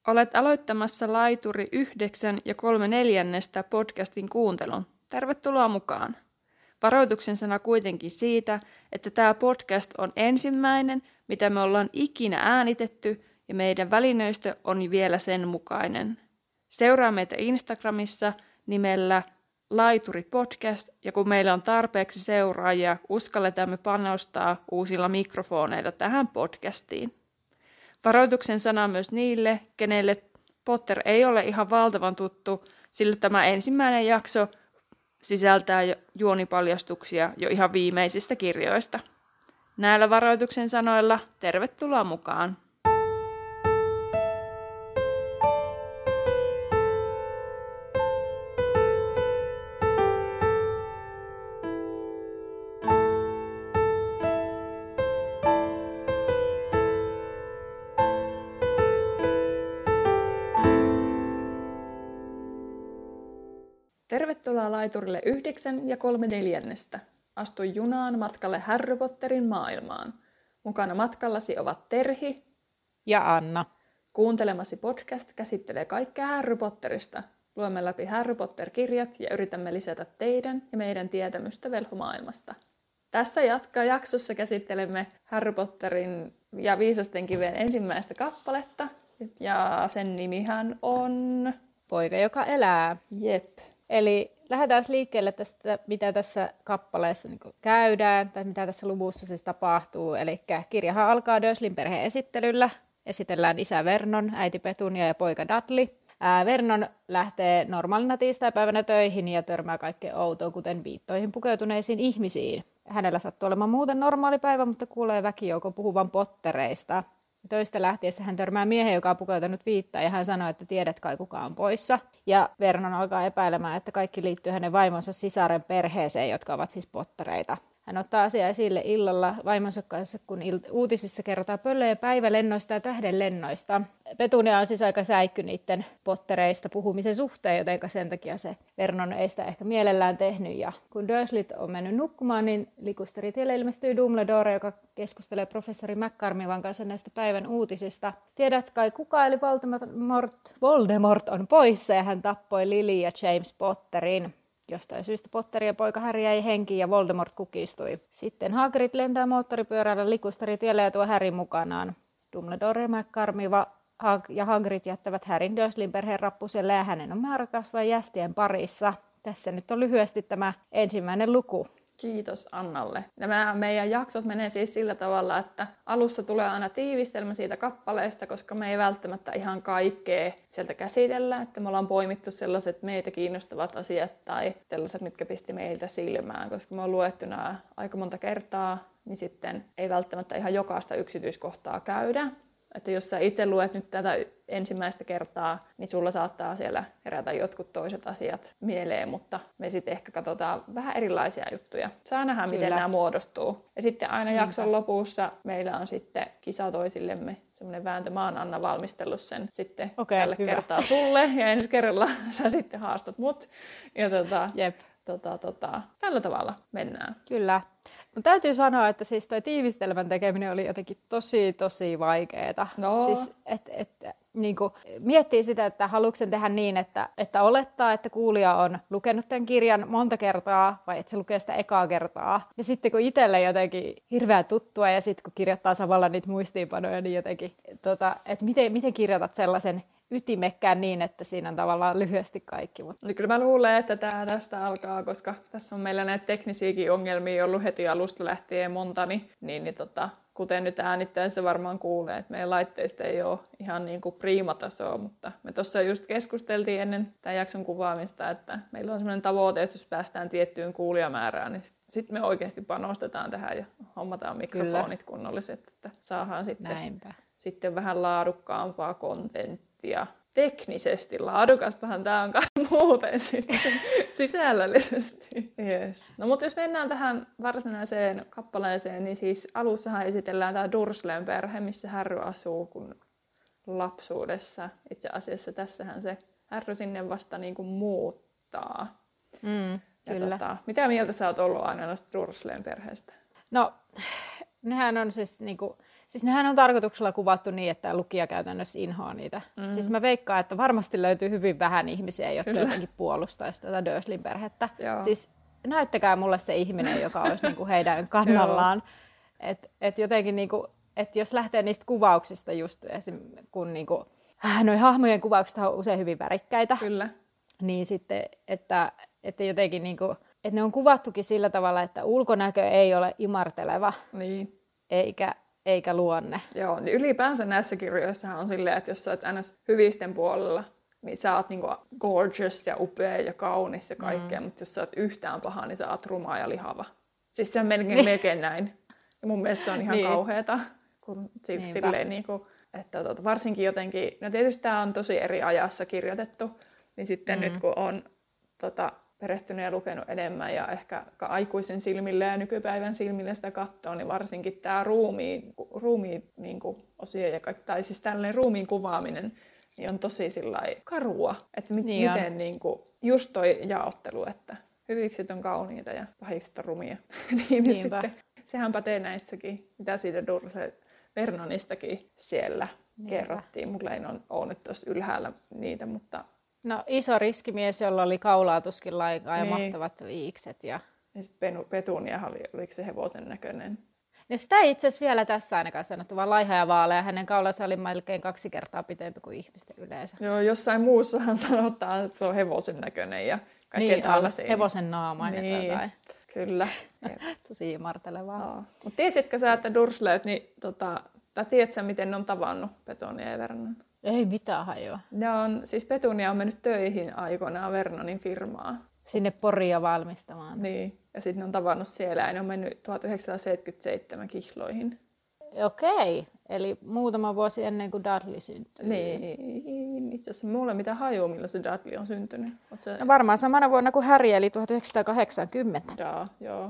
Olet aloittamassa Laituri 9 ja 3/4 podcastin kuuntelun. Tervetuloa mukaan. Varoituksen sana kuitenkin siitä, että tämä podcast on ensimmäinen, mitä me ollaan ikinä äänitetty, ja meidän välineistö on vielä sen mukainen. Seuraa meitä Instagramissa nimellä Laituri Podcast, ja kun meillä on tarpeeksi seuraajia, uskalletaan me panostaa uusilla mikrofoneilla tähän podcastiin. Varoituksen sana myös niille, kenelle Potter ei ole ihan valtavan tuttu, sillä tämä ensimmäinen jakso sisältää juonipaljastuksia jo ihan viimeisistä kirjoista. Näillä varoituksen sanoilla tervetuloa mukaan! Tervetuloa Laiturille 9 ja 3/4. Astu junaan matkalle Harry Potterin maailmaan. Mukana matkallasi ovat Terhi ja Anna. Kuuntelemasi podcast käsittelee kaikkea Harry Potterista. Luemme läpi Harry Potter-kirjat ja yritämme lisätä teidän ja meidän tietämystä velhomaailmasta. Tässä jaksossa käsittelemme Harry Potterin ja Viisasten kiven ensimmäistä kappaletta. Ja sen nimihän on... Poika, joka elää. Jep. Eli lähdetään liikkeelle tästä, mitä tässä kappaleessa niin käydään, tai mitä tässä luvussa siis tapahtuu. Eli kirjahan alkaa Dursleyn perheen esittelyllä. Esitellään isä Vernon, äiti Petunia ja poika Dudley. Vernon lähtee normaalina tiistaipäivänä töihin ja törmää kaikkeen outoon, kuten viittoihin pukeutuneisiin ihmisiin. Hänellä sattuu olemaan muuten normaali päivä, mutta kuulee väkijoukon puhuvan Pottereista. Töistä lähtiessä hän törmää miehen, joka on pukeutunut viittaan, ja hän sanoo, että tiedät kai kuka on poissa. Ja Vernon alkaa epäilemään, että kaikki liittyy hänen vaimonsa sisaren perheeseen, jotka ovat siis Pottereita. Hän ottaa asiaa esille illalla vaimonsa kanssa, kun uutisissa kerrotaan pöllöjen päivälennoista ja tähdenlennoista. Petunia on siis aika säikky niiden Pottereista puhumisen suhteen, joten sen takia se Vernon ei sitä ehkä mielellään tehnyt. Ja kun Dursleyt on mennyt nukkumaan, niin likusteritielle ilmestyy Dumbledore, joka keskustelee professori McCormivan kanssa näistä päivän uutisista. Tiedät kai kuka, eli Voldemort on poissa, ja hän tappoi Lily ja James Potterin. Jostain syystä Potter ja poika Harry jäi henkiin ja Voldemort kukistui. Sitten Hagrid lentää moottoripyörällä likustaritielle ja tuo Harry mukanaan. Dumbledore, McCormiva ja Hagrid jättävät Harryn Dursleyn perheen rappuselle ja hänen on määrä kasvaa jästien parissa. Tässä nyt on lyhyesti tämä ensimmäinen luku. Kiitos Annalle. Nämä meidän jaksot menee siis sillä tavalla, että alussa tulee aina tiivistelmä siitä kappaleesta, koska me ei välttämättä ihan kaikkea sieltä käsitellä. Että me ollaan poimittu sellaiset meitä kiinnostavat asiat tai sellaiset, mitkä pisti meiltä silmään. Koska me on luettu nämä aika monta kertaa, niin sitten ei välttämättä ihan jokaista yksityiskohtaa käydä. Että jos sä itse luet nyt tätä ensimmäistä kertaa, niin sulla saattaa siellä herätä jotkut toiset asiat mieleen, mutta me sitten ehkä katsotaan vähän erilaisia juttuja. Saa nähdä, miten nämä muodostuu. Ja sitten aina jakson lopussa meillä on sitten kisa toisillemme, semmoinen vääntö. Mä oon Anna valmistellut sen sitten tällä kertaa sulle, ja ensi kerralla sä sitten haastat mut. Ja Jep. Tällä tavalla mennään. Kyllä. Mutta täytyy sanoa, että siis toi tiivistelmän tekeminen oli jotenkin tosi vaikeeta. No. Siis, niinku, miettii sitä, että haluatko sen tehdä niin, että olettaa, että kuulija on lukenut tämän kirjan monta kertaa, vai että se lukee sitä ekaa kertaa. Ja sitten kun itselle jotenkin hirveä tuttua, ja sitten kun kirjoittaa samalla niitä muistiinpanoja, niin jotenkin, että miten kirjoitat sellaisen ytimekkään niin, että siinä on tavallaan lyhyesti kaikki. Mutta kyllä mä luulen, että tämä tästä alkaa, koska tässä on meillä näitä teknisiäkin ongelmia ollut heti alusta lähtien monta, niin kuten nyt äänittäen se varmaan kuulee, että meidän laitteista ei ole ihan niin kuin priimatasoa, mutta me tuossa just keskusteltiin ennen tämän jakson kuvaamista, että meillä on sellainen tavoite, että jos päästään tiettyyn kuulijamäärään, niin sitten me oikeasti panostetaan tähän ja hommataan mikrofonit kunnolliset, että saadaan sitten vähän laadukkaampaa kontenttia. Teknisesti laadukastahan tämä on muuten sitten sisällöllisesti. Yes. No mutta jos mennään tähän varsinaiseen kappaleeseen, niin siis alussahan esitellään tämä Dursleyn perhe, missä Harry asuu kun lapsuudessa. Itse asiassa tässähän se Harry sinne vasta niin kuin muuttaa. Kyllä. Mitä mieltä sä oot ollut aina noista Dursleyn perheestä? No, nehän on siis niinku... Siis nehän on tarkoituksella kuvattu niin, että lukija käytännössä inhoaa niitä. Siis mä veikkaan, että varmasti löytyy hyvin vähän ihmisiä, jotka jotenkin puolustaisi tätä Dursleyn perhettä. Joo. Siis näyttäkää mulle se ihminen, joka olisi niinku heidän kannallaan. Et jotenkin niinku, et jos lähtee niistä kuvauksista just esim. Kun niinku, noi hahmojen kuvaukset on usein hyvin värikkäitä. Kyllä. Niin sitten, että jotenkin niinku, että ne on kuvattukin sillä tavalla, että ulkonäkö ei ole imarteleva. Niin. Eikä luonne. Joo, niin ylipäänsä näissä kirjoissahan on silleen, että jos sä oot ns. Hyvisten puolella, niin sä oot niinku gorgeous ja upea ja kaunis ja kaikkea, mutta jos sä oot yhtään paha, niin sä oot ruma ja lihava. Siis se on melkein näin. Ja mun mielestä se on ihan kauheata, kun silleen niinku, että varsinkin jotenkin, no tietysti tää on tosi eri ajassa kirjoitettu, niin sitten nyt kun on perehtynyt ja lukenut enemmän ja ehkä aikuisen silmillä ja nykypäivän silmillä sitä katsoo, niin varsinkin tämä ruumiin niin osio ja tai siis tällainen ruumiin kuvaaminen niin on tosi sillai karua. Että miten niin kuin, just toi jaottelu, että hyvikset on kauniita ja pahikset on rumia. niin sitten, sehän pätee näissäkin, mitä siitä Vernonistakin siellä kerrottiin. Mulla ei ole nyt tuossa ylhäällä niitä, mutta no iso riskimies, jolla oli kaulaa tuskin lainkaan ja mahtavat viikset. Ja sitten Petunia oliko se hevosen näköinen? Ja sitä ei itse asiassa vielä tässä ainakaan sanottu, vaan laiha ja vaalea. Hänen kaulansa oli melkein 2 kertaa pitempi kuin ihmisten yleensä. Joo, jossain muussahan sanotaan, että se on hevosen näköinen ja kaikkea tällaisia. Hevosen naamainen tai jotain. Kyllä. Tosi imartelevaa. Mutta tiesitkö sä, että Dursleyt, niin tai tiedätkö miten ne on tavannut Petunia ja Vernon? Ei mitään hajoa. Siis Petunia on mennyt töihin aikoinaan Vernonin firmaan. Sinne Poria valmistamaan. Niin, ja sitten ne on tavannut siellä ja ne on mennyt 1977 kihloihin. Okei, eli muutama vuosi ennen kuin Dudley syntyi. Niin, itse asiassa mulla ei mitään hajua, milloin se Dudley on syntynyt. No varmaan samana vuonna kuin Harry, eli 1980. Joo.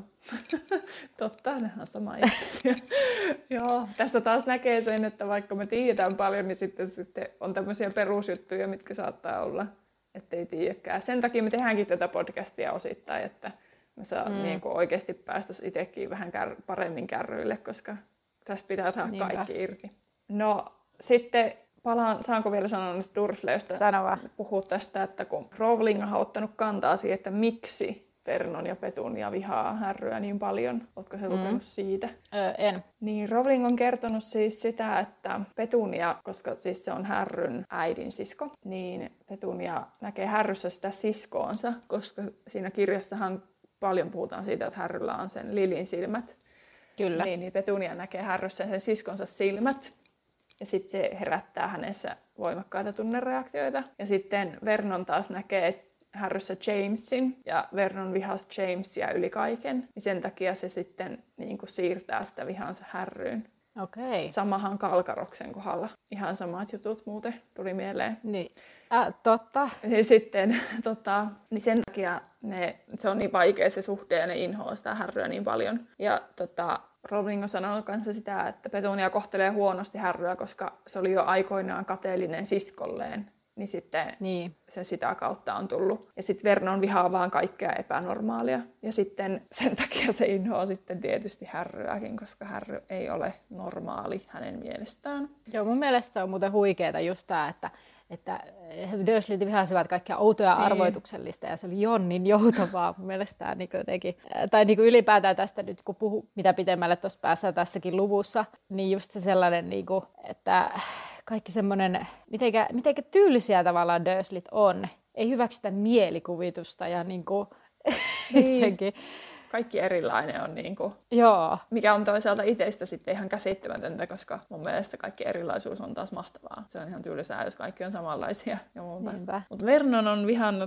Totta, nehän on sama ihmisiä. Joo, tästä taas näkee sen, että vaikka me tiedetään paljon, niin sitten on tämmöisiä perusjuttuja, mitkä saattaa olla, ettei tiedäkään. Sen takia me tehdäänkin tätä podcastia osittain, että me saa niin oikeasti päästä itsekin vähän paremmin kärryille, koska tästä pitää saada kaikki irti. No sitten saanko vielä sanoa niistä Dursleystä? Sano vaan. Puhua tästä, että kun Rowling on ottanut kantaa siihen, että miksi Vernon ja Petunia vihaa Harryä niin paljon. Ootko sä lukenut siitä? En. Niin, Rowling on kertonut siis sitä, että Petunia, koska siis se on Harryn äidin sisko, niin Petunia näkee Harryssä sitä siskoonsa, koska siinä kirjassahan paljon puhutaan siitä, että Harryllä on sen Lilin silmät. Kyllä. Niin Petunia näkee Harryssä sen siskonsa silmät. Ja sitten se herättää hänessä voimakkaita tunnereaktioita. Ja sitten Vernon taas näkee Harryssä Jamesin, ja Vernon vihasi Jamesia yli kaiken. Niin sen takia se sitten niin kuin siirtää sitä vihansa Harryyn. Okei. Samahan Kalkaroksen kohdalla. Ihan samat jutut muuten tuli mieleen. Niin. Totta. Ja sitten niin sen takia se on niin vaikea se suhde ja ne inhoaa sitä Harryä niin paljon. Ja Rowling on sanonut kanssa sitä, että Petunia kohtelee huonosti Harryä, koska se oli jo aikoinaan kateellinen siskolleen. Niin sitten se sitä kautta on tullut. Ja sitten Vernon vihaa vaan kaikkea epänormaalia. Ja sitten sen takia se inhoaa sitten tietysti Harryäkin, koska Harry ei ole normaali hänen mielestään. Joo, mun mielestä se on muuten huikeeta just tämä, että Dursleyt vihasivat kaikkia outoja arvoituksellista ja se oli niin joutavaa mun mielestä niin jotenkin. Tai niin ylipäätään tästä nyt kun puhuu mitä pitemmälle tuossa päässä tässäkin luvussa, niin just se sellainen, niin kuin, että kaikki semmoinen, mitenkä tyylisiä tavallaan Dursleyt on. Ei hyväksytä mielikuvitusta ja niin kuin, jotenkin. Kaikki erilainen on niinku, joo. Mikä on toisaalta itsestä sitten ihan käsittämätöntä, koska mun mielestä kaikki erilaisuus on taas mahtavaa. Se on ihan tylsää, jos kaikki on samanlaisia ja muuta. Mutta Vernon on vihannut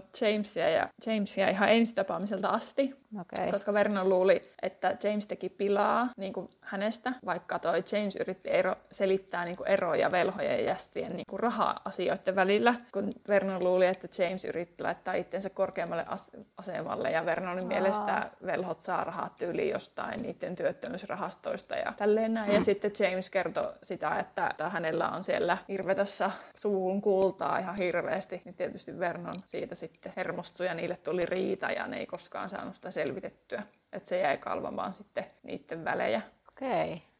Jamesia ihan ensitapaamiselta asti, koska Vernon luuli, että James teki pilaa niin kuin hänestä, vaikka toi James yritti selittää niin kuin eroja velhojen ja jästien niin kuin raha-asioiden välillä, kun Vernon luuli, että James yritti laittaa itsensä korkeammalle asemalle ja Vernonin mielestä velhot saa rahat tyyliin jostain niiden työttömyysrahastoista ja tälleen näin. Ja sitten James kertoi sitä, että hänellä on siellä Irvetassa suvun kultaa ihan hirveästi. Niin tietysti Vernon siitä sitten hermostui ja niille tuli riita ja ne ei koskaan saanut sitä selvitettyä. Että se jäi kalvamaan sitten niiden välejä. Okei.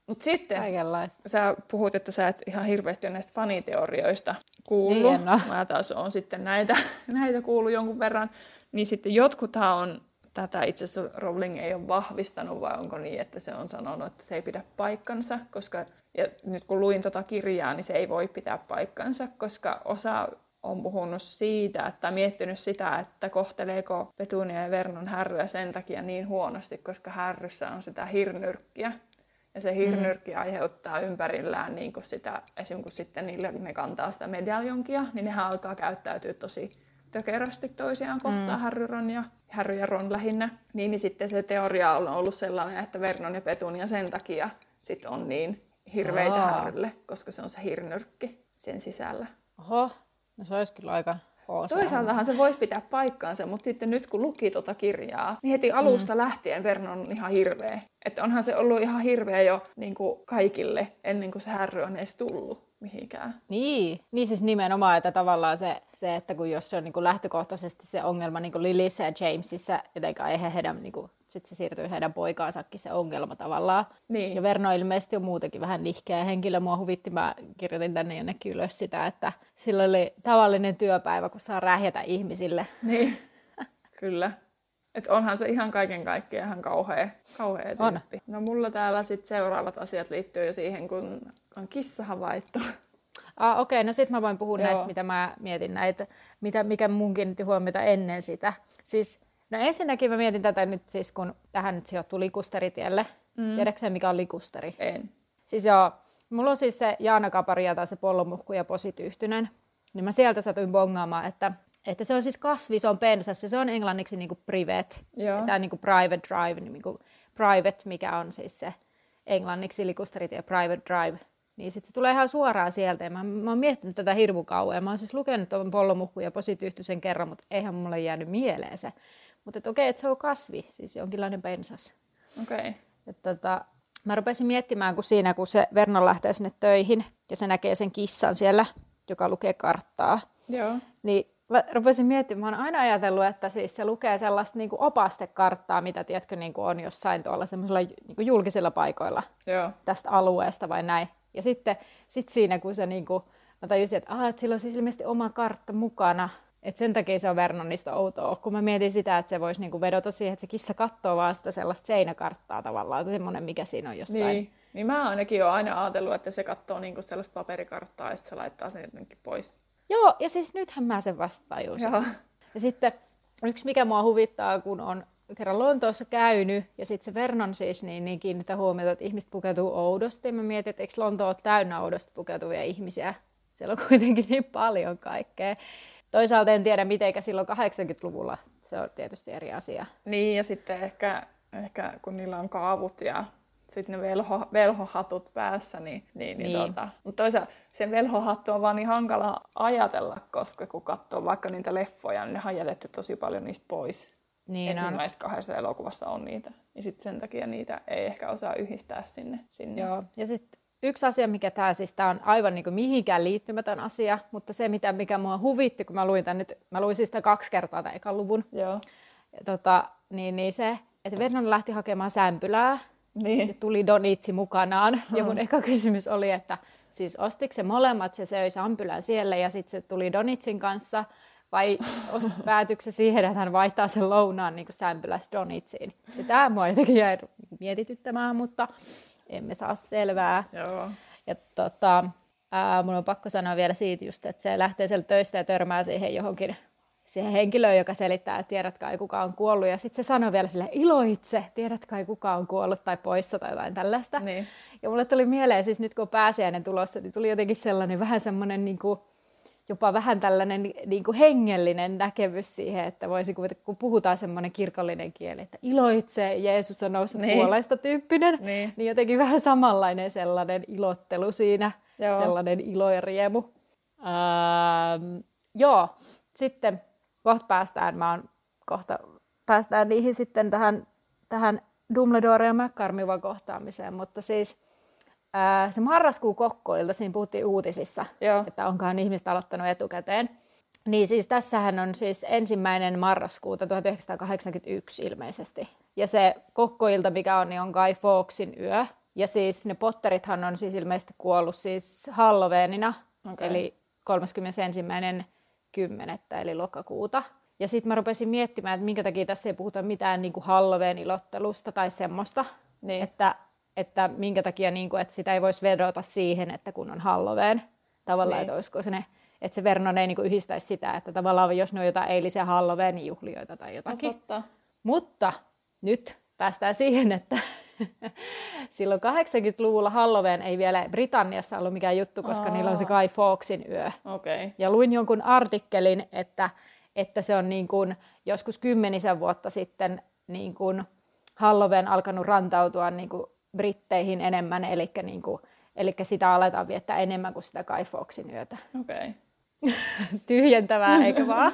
Mutta sitten Kaikenlaista. sä puhut, että sä et ihan hirveästi ole näistä faniteorioista kuullut. Niin, no. Mä taas on sitten näitä kuullut jonkun verran. Niin sitten jotkuthan on, tätä itse asiassa Rowling ei ole vahvistanut, vai onko niin, että se on sanonut, että se ei pidä paikkansa. Koska, ja nyt kun luin tota kirjaa, niin se ei voi pitää paikkansa, koska osa on puhunut siitä, että miettinyt sitä, että kohteleeko Petunia ja Vernon Harryä sen takia niin huonosti, koska Harryssä on sitä hirnyrkkiä. Ja se hirnyrkki aiheuttaa ympärillään niin kuin sitä, esimerkiksi kun sitten ne kantaa sitä medaljonkia, niin nehän alkaa käyttäytyä tosi tökerästi toisiaan kohtaan, Harry ja Ron lähinnä. Niin sitten se teoria on ollut sellainen, että Vernon ja Petunia sen takia sit on niin hirveitä Harrylle, koska se on se hirnyrkki sen sisällä. Oho, no se olisi kyllä aika Toisaaltahan se voisi pitää paikkaansa, mutta sitten nyt kun luki tuota kirjaa, niin heti alusta lähtien Vernon on ihan hirveä. Että onhan se ollut ihan hirveä jo niin kuin kaikille ennen kuin se Harry on edes tullut mihinkään. Niin siis nimenomaan, että tavallaan se että kun jos se on niin kuin lähtökohtaisesti se ongelma niin kuin Lilyssä ja Jamesissa, jotenkaan eihän heidän, niin kuin, sitten se siirtyy heidän poikaansakin se ongelma tavallaan. Niin. Ja Verno ilmeisesti on muutenkin vähän nihkeä henkilö. Mua huvitti, mä kirjoitin tänne jonnekin ylös sitä, että sillä oli tavallinen työpäivä, kun saa rähjätä ihmisille. Niin, kyllä. Että onhan se ihan kaiken kaikkiaan ihan kauhea tyyppi. No mulla täällä sitten seuraavat asiat liittyy jo siihen, kun on kissa havaittu. Okei, no sit mä voin puhua näistä, mitä mä mietin näitä, mikä mun kiinnitti huomiota ennen sitä. Siis, no ensinnäkin mä mietin tätä nyt siis, kun tähän nyt sijoittuu likusteritielle. Tiedätkö sä, mikä on likusteri? En. Siis joo, mulla on siis se Jaana Kaparia tai se Pollomuhku ja Posityyhtynen. Niin mä sieltä satuin bongaamaan, että se on siis kasvi, se on pensas ja se on englanniksi niinku private. Tämä niinku private drive, niinku private, mikä on siis se englanniksi likusterit ja private drive. Niin sitten se tulee ihan suoraan sieltä ja mä oon miettinyt tätä hirmu kauan. Mä oon siis lukenut tuon Pollomuhkun ja Posityyhtysen kerran, mutta eihän mulle jäänyt mieleen se. Mutta okei, että se on kasvi, siis jonkinlainen pensas. Okei. Mä rupesin miettimään, kun se Vernon lähtee sinne töihin ja se näkee sen kissan siellä, joka lukee karttaa. Joo. Niin mä rupesin miettimään, mä oon aina ajatellut, että siis se lukee sellaista niin kuin opastekarttaa, mitä tiedätkö, niin kuin on jossain tuolla semmoisilla niin kuin julkisilla paikoilla tästä alueesta vai näin. Ja sitten siinä, kun se niin kuin, mä tajusin, että sillä on siis ilmeisesti oma kartta mukana, että sen takia se on Vernonista outoa, kun mä mietin sitä, että se voisi niin kuin vedota siihen, että se kissa katsoo vaan sitä sellaista seinäkarttaa tavallaan, semmoinen mikä siinä on jossain. Niin mä ainakin olen aina ajatellut, että se katsoo niin kuin sellaista paperikarttaa ja sitten se laittaa sen jotenkin pois. Joo, ja siis nythän mä sen vasta tajusin. Ja sitten yksi mikä mua huvittaa, kun on kerran Lontoossa käynyt, ja sitten se Vernon siis niin kiinnittää huomiota, että ihmiset pukeutuu oudosti. Mä mietin, että eikö Lonto ole täynnä oudosti pukeutuvia ihmisiä. Siellä on kuitenkin niin paljon kaikkea. Toisaalta en tiedä, mitenkä silloin 80-luvulla. Se on tietysti eri asia. Niin, ja sitten ehkä kun niillä on kaavut ja sitten ne velhohatut päässä, mutta toisaalta sen velhohattu on vaan niin hankala ajatella, koska kun katsoo vaikka niitä leffoja, niin ne on jätetty tosi paljon niistä pois. Niin ensimmäistä 2 elokuvassa on niitä. Ja sitten sen takia niitä ei ehkä osaa yhdistää sinne. Joo, ja sitten yksi asia, mikä tää on aivan niin kuin mihinkään liittymätön asia, mutta se, mikä mua huvitti, kun mä luin mä luin siis sitä 2 kertaa tämän ekan luvun. Joo. Niin se, että Vernon lähti hakemaan sämpylää, niin. ja tuli Donitsi mukanaan. Ja mun eka kysymys oli, että siis ostiko se molemmat, se söi sämpylän siellä ja sitten se tuli Donitsin kanssa, vai päätyykö se siihen, että hän vaihtaa sen lounaan niin sämpylästä Donitsiin. Ja tämä mua jotenkin jäi mietityttämään, mutta emme saa selvää. Joo. Ja mun on pakko sanoa vielä siitä just, että se lähtee sieltä töistä ja törmää siihen henkilöön, joka selittää, että tiedät kai kuka on kuollut. Ja sitten se sanoo vielä sille iloitse, tiedät kai kuka on kuollut tai poissa tai jotain tällaista. Niin. Ja mulle tuli mieleen, siis nyt kun on pääsiäinen tulossa, niin tuli jotenkin sellainen vähän semmoinen niin kuin, jopa vähän tällainen niin kuin hengellinen näkemys siihen, että voisi kuvitella, kun puhutaan semmoinen kirkollinen kieli, että iloitse, Jeesus on noussut kuolleista tyyppinen, niin jotenkin vähän samanlainen sellainen ilottelu siinä, sellainen ilo ja riemu. Joo, sitten kohta päästään niihin sitten tähän Dumbledore ja McCormivan kohtaamiseen, mutta siis se marraskuun kokkoilta, siinä puhuttiin uutisissa, että onkohan ihmiset aloittanut etukäteen. Niin siis tässähän on siis 1. marraskuuta 1981 ilmeisesti. Ja se kokkoilta, mikä on, niin on Guy Fawkesin yö. Ja siis ne Potterithan on siis ilmeisesti kuollut siis Halloweenina, eli 31.10. eli lokakuuta. Ja sitten mä rupesin miettimään, että minkä takia tässä ei puhuta mitään niin kuin Halloween-ilottelusta tai semmoista. Niin. Että minkä takia, niin kuin, että sitä ei voisi vedota siihen, että kun on Halloween. Tavallaan, Niin. että olisiko se että se Vernon ei niin kuin yhdistäisi sitä, että tavallaan jos ne on jotain eilisiä Halloween-juhlioita tai jotakin. Totta. Mutta nyt päästään siihen, että silloin 80-luvulla Halloween ei vielä Britanniassa ollut mikään juttu, koska niillä on se Guy Fawkesin yö. Okay. Ja luin jonkun artikkelin, että se on niin kuin joskus 10 vuotta sitten niin kuin Halloween alkanut rantautua niin kuin Britteihin enemmän, eli sitä aletaan viettää enemmän kuin sitä Guy Fawkesin yötä. Okay. Tyhjentävää, eikö vaan?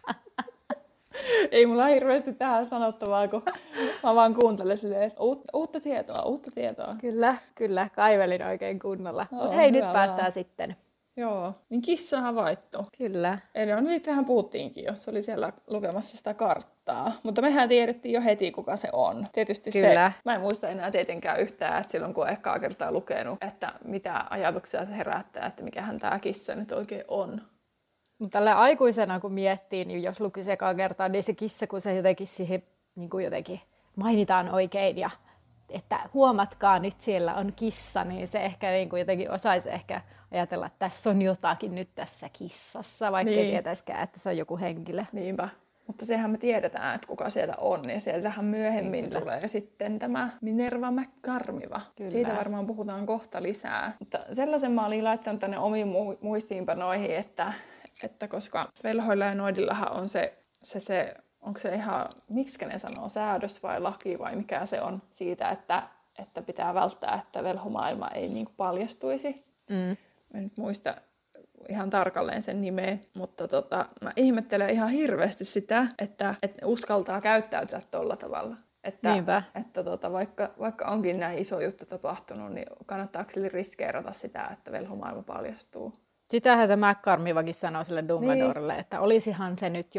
Ei mulla hirveästi tähän sanottavaa, kun mä vaan kuuntelen silleen, että uutta tietoa. Kyllä, kaivelin oikein kunnolla. Mutta hei, nyt päästään vaan. Sitten. Joo, niin kissa havaittu. Kyllä. Eli no niitähän puhuttiinkin jo, se oli siellä lukemassa sitä karttaa. Mutta mehän tiedettiin jo heti, kuka se on. Tietysti Kyllä. se, mä en muista enää tietenkään yhtään, että silloin kun ekaa kertaa lukenut, että mitä ajatuksia se herättää, että mikähän tämä kissa nyt oikein on. Mutta tällä aikuisena kun miettii, niin jos lukisi ekaa kertaa, niin se kissa, kun se jotenkin siihen niin kuin jotenkin mainitaan oikein ja että huomatkaa nyt siellä on kissa, niin se ehkä niin kuin jotenkin osaisi ehkä ajatella, että tässä on jotakin nyt tässä kissassa, vaikka ei tietäisikään, että se on joku henkilö. Niinpä. Mutta sehän me tiedetään, että kuka sieltä on, ja sieltähän myöhemmin tulee sitten tämä Minerva McCarmiva. Kyllä. Siitä varmaan puhutaan kohta lisää. Mutta sellaisen mä olin laittanut tänne omiin muistiinpanoihin, että koska velhoilla ja noidillahan on se, onko se ihan, miksi ne sanoo, säädös vai laki vai mikä se on siitä, että pitää välttää, että velhomaailma ei niin kuin paljastuisi. Mä en nyt muista ihan tarkalleen sen nimeä, mutta mä ihmettelen ihan hirveästi sitä, että uskaltaa käyttäytyä tolla tavalla. Että vaikka onkin näin iso juttu tapahtunut, niin kannattaako sille riskeerata sitä, että velhomaailma paljastuu? Sitähän se McCormivakin sanoi sille Dumbledorelle, niin. Että olisihan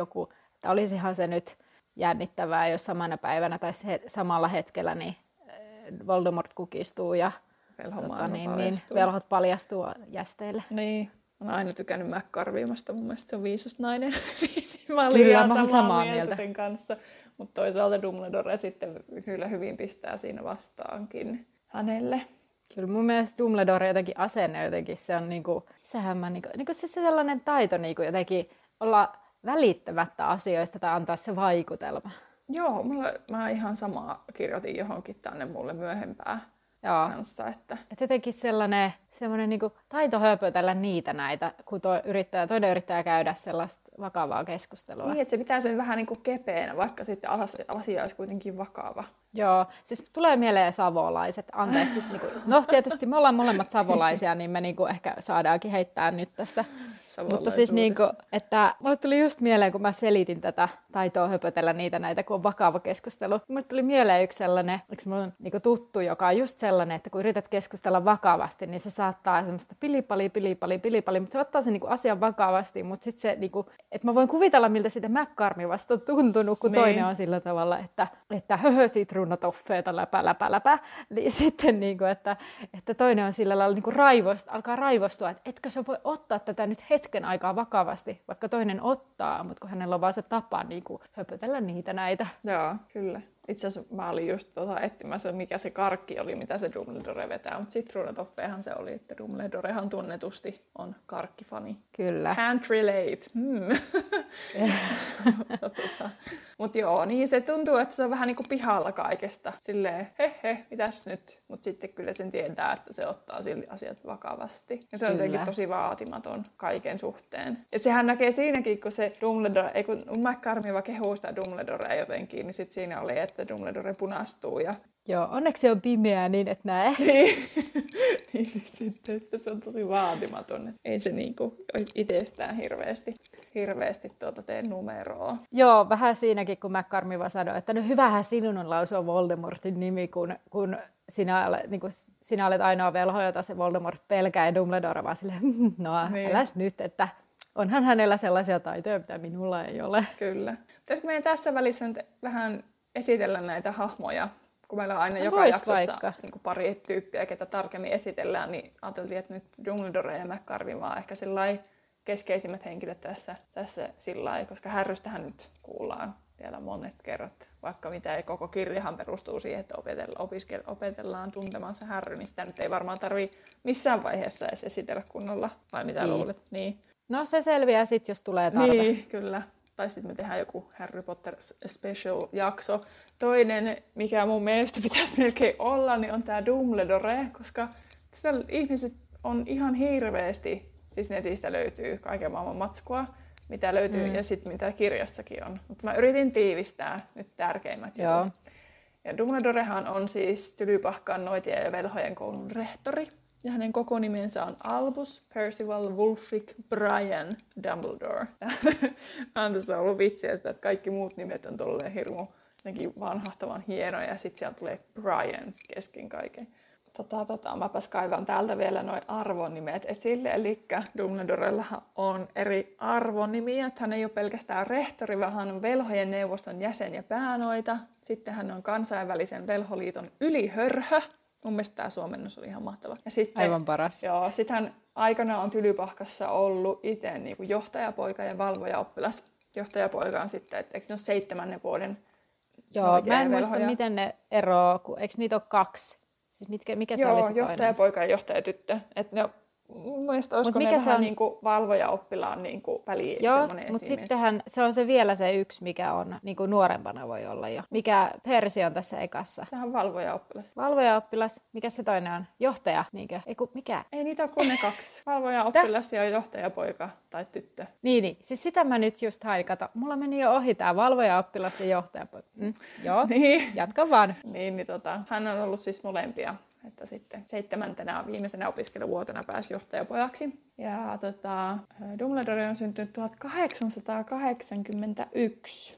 se nyt jännittävää, jos samana päivänä tai samalla hetkellä niin Voldemort kukistuu ja velhot paljastuu jästeille. Niin, olen aina tykännyt McCormivasta, mun mielestä se on viisas nainen. Mä olin ihan samaa mieltä sen kanssa, mutta toisaalta Dumbledore sitten kyllä hyvin pistää siinä vastaankin hänelle. Kyllä mun mielestä Dumbledore jotenkin asenne jotenkin, se on se sellainen taito jotenkin olla välittämättä asioista tai antaa se vaikutelma. Joo, mä ihan samaa kirjoitin johonkin tänne mulle myöhempää. Joo. Kanssa, että jotenkin semmoinen taito höpötellä näitä, kun toinen yrittää käydä sellaista vakavaa keskustelua. Niin, että se pitää sen vähän niin kuin kepeänä, vaikka sitten asia olisi kuitenkin vakava. Joo, siis tulee mieleen savolaiset. Anteeksi, siis no tietysti me ollaan molemmat savolaisia, niin me ehkä saadaankin heittää nyt tässä. Mutta siis että mulle tuli just mieleen, kun mä selitin tätä taitoa höpötellä näitä, kun on vakava keskustelu. Mulle tuli mieleen yksi sellainen, mulla on tuttu, joka on just sellainen, että kun yrität keskustella vakavasti, niin se saattaa semmoista pilipali, mutta se ottaa sen asian vakavasti, mutta sitten se, että mä voin kuvitella, miltä sitä McCormivasta on tuntunut, kun toinen on sillä tavalla, että höhö sitruunatoffeeta läpä, niin sitten että toinen on sillä lailla alkaa raivostua, että etkö sä voi ottaa tätä nyt hetken aikaa vakavasti, vaikka toinen ottaa, mutta kun hänellä on vaan se tapa höpötellä näitä. Joo, kyllä. Itse asiassa mä olin just etsimässä, mikä se karkki oli, mitä se Dumbledore vetää, mutta sitruunatoffeahan se oli, että Dumbledorehan tunnetusti on karkkifani. Kyllä. Can't relate. Mutta joo, niin se tuntuu, että se on vähän niin kuin pihalla kaikesta. Silleen, mitäs nyt? Mutta sitten kyllä sen tietää, että se ottaa asiat vakavasti. Ja se on jotenkin tosi vaatimaton kaiken suhteen. Ja sehän näkee siinäkin, kun se Dumbledore, kun McCormiva kehuu sitä Dumbledorea jotenkin, niin sitten siinä oli, että Dumbledore punastuu ja joo, onneksi se on pimeää niin, et näe. niin sitten, että se on tosi vaatimaton. Ei se itsestään hirveästi tee numeroa. Joo, vähän siinäkin, kun McCormiva sanoi, että no hyvähän sinun on lausua Voldemortin nimi, kun sinä olet ainoa velho, jota se Voldemort pelkää, ja Dumbledore vaan silleen, äläs nyt, että onhan hänellä sellaisia taitoja, mitä minulla ei ole. Kyllä. Pitäisikö meidän tässä välissä nyt vähän esitellä näitä hahmoja kun meillä on aina No joka vois jaksossa vaikka. niin kuin pari tyyppiä, ketä tarkemmin esitellään, niin ajateltiin, että nyt Dumbledore ja McGonagall vaan ehkä sillai keskeisimmät henkilöt tässä sillai, koska Harrystähän nyt kuullaan vielä monet kerrat. Vaikka mitä ei koko kirjahan perustuu siihen, että opetellaan tuntemaan se Harry, niin sitä nyt ei varmaan tarvitse missään vaiheessa edes esitellä kunnolla, vai mitä luulet? Niin. No se selviää sitten, jos tulee tarve. Niin, kyllä. Tai sitten me tehdään joku Harry Potter special-jakso. Toinen, mikä mun mielestä pitäisi melkein olla, niin on tää Dumbledore, koska siellä ihmiset on ihan hirveästi, siis netistä löytyy kaiken maailman matskua, mitä löytyy ja sitten mitä kirjassakin on. Mutta mä yritin tiivistää nyt tärkeimmät jutut. Ja Dumbledorehan on siis Tylypahkan Noitien ja Velhojen koulun rehtori. Ja hänen koko nimensä on Albus Percival Wulfric Brian Dumbledore. On tässä ollut vitsi, että kaikki muut nimet on tolleen hirmu vanhahtavan hienoja ja sitten siellä tulee Brian kesken kaiken. Mäpäs kaivan täältä vielä noin arvonimet esille. Eli Dumbledorella on eri arvonimiä. Hän ei ole pelkästään rehtori, vaan hän on velhojen neuvoston jäsen ja päänoita. Sitten hän on kansainvälisen velholiiton ylihörhö. Mun mielestä tämä suomennus oli ihan mahtava. Ja sitten, aivan paras. Joo, sitten hän aikana on Tylypahkassa ollut itse niin kuin johtajapoika ja valvojaoppilas. Johtajapoika on sitten, että eikö ne ole 7 vuoden Joo, mä en muista, miten ne eroaa, eikö niitä ole 2? Siis mikä se oli se toinen? Joo, johtajapoika ja johtajatyttö. Että ne mun mielestä olisiko ne vähän niin kuin valvojaoppilaan niin kuin väliin. Joo, mutta sittenhän se on se vielä se yksi, mikä on niin kuin nuorempana voi olla jo. Mikä Percy on tässä ekassa? Tämä on valvojaoppilas. Valvojaoppilas. Mikä se toinen on? Johtaja, niinkö? Mikä? Ei niitä ole kuin ne 2. Valvojaoppilas ja johtajapoika tai tyttö. Niin. Siis sitä mä nyt just hain. Kato, mulla meni jo ohi tää valvojaoppilas ja johtajapoika. Joo, niin. Jatka vaan. Hän on ollut siis molempia. Että sitten 7. viimeisenä opiskeluvuotena pääsi johtajapojaksi. Ja Dumbledore on syntynyt 1881.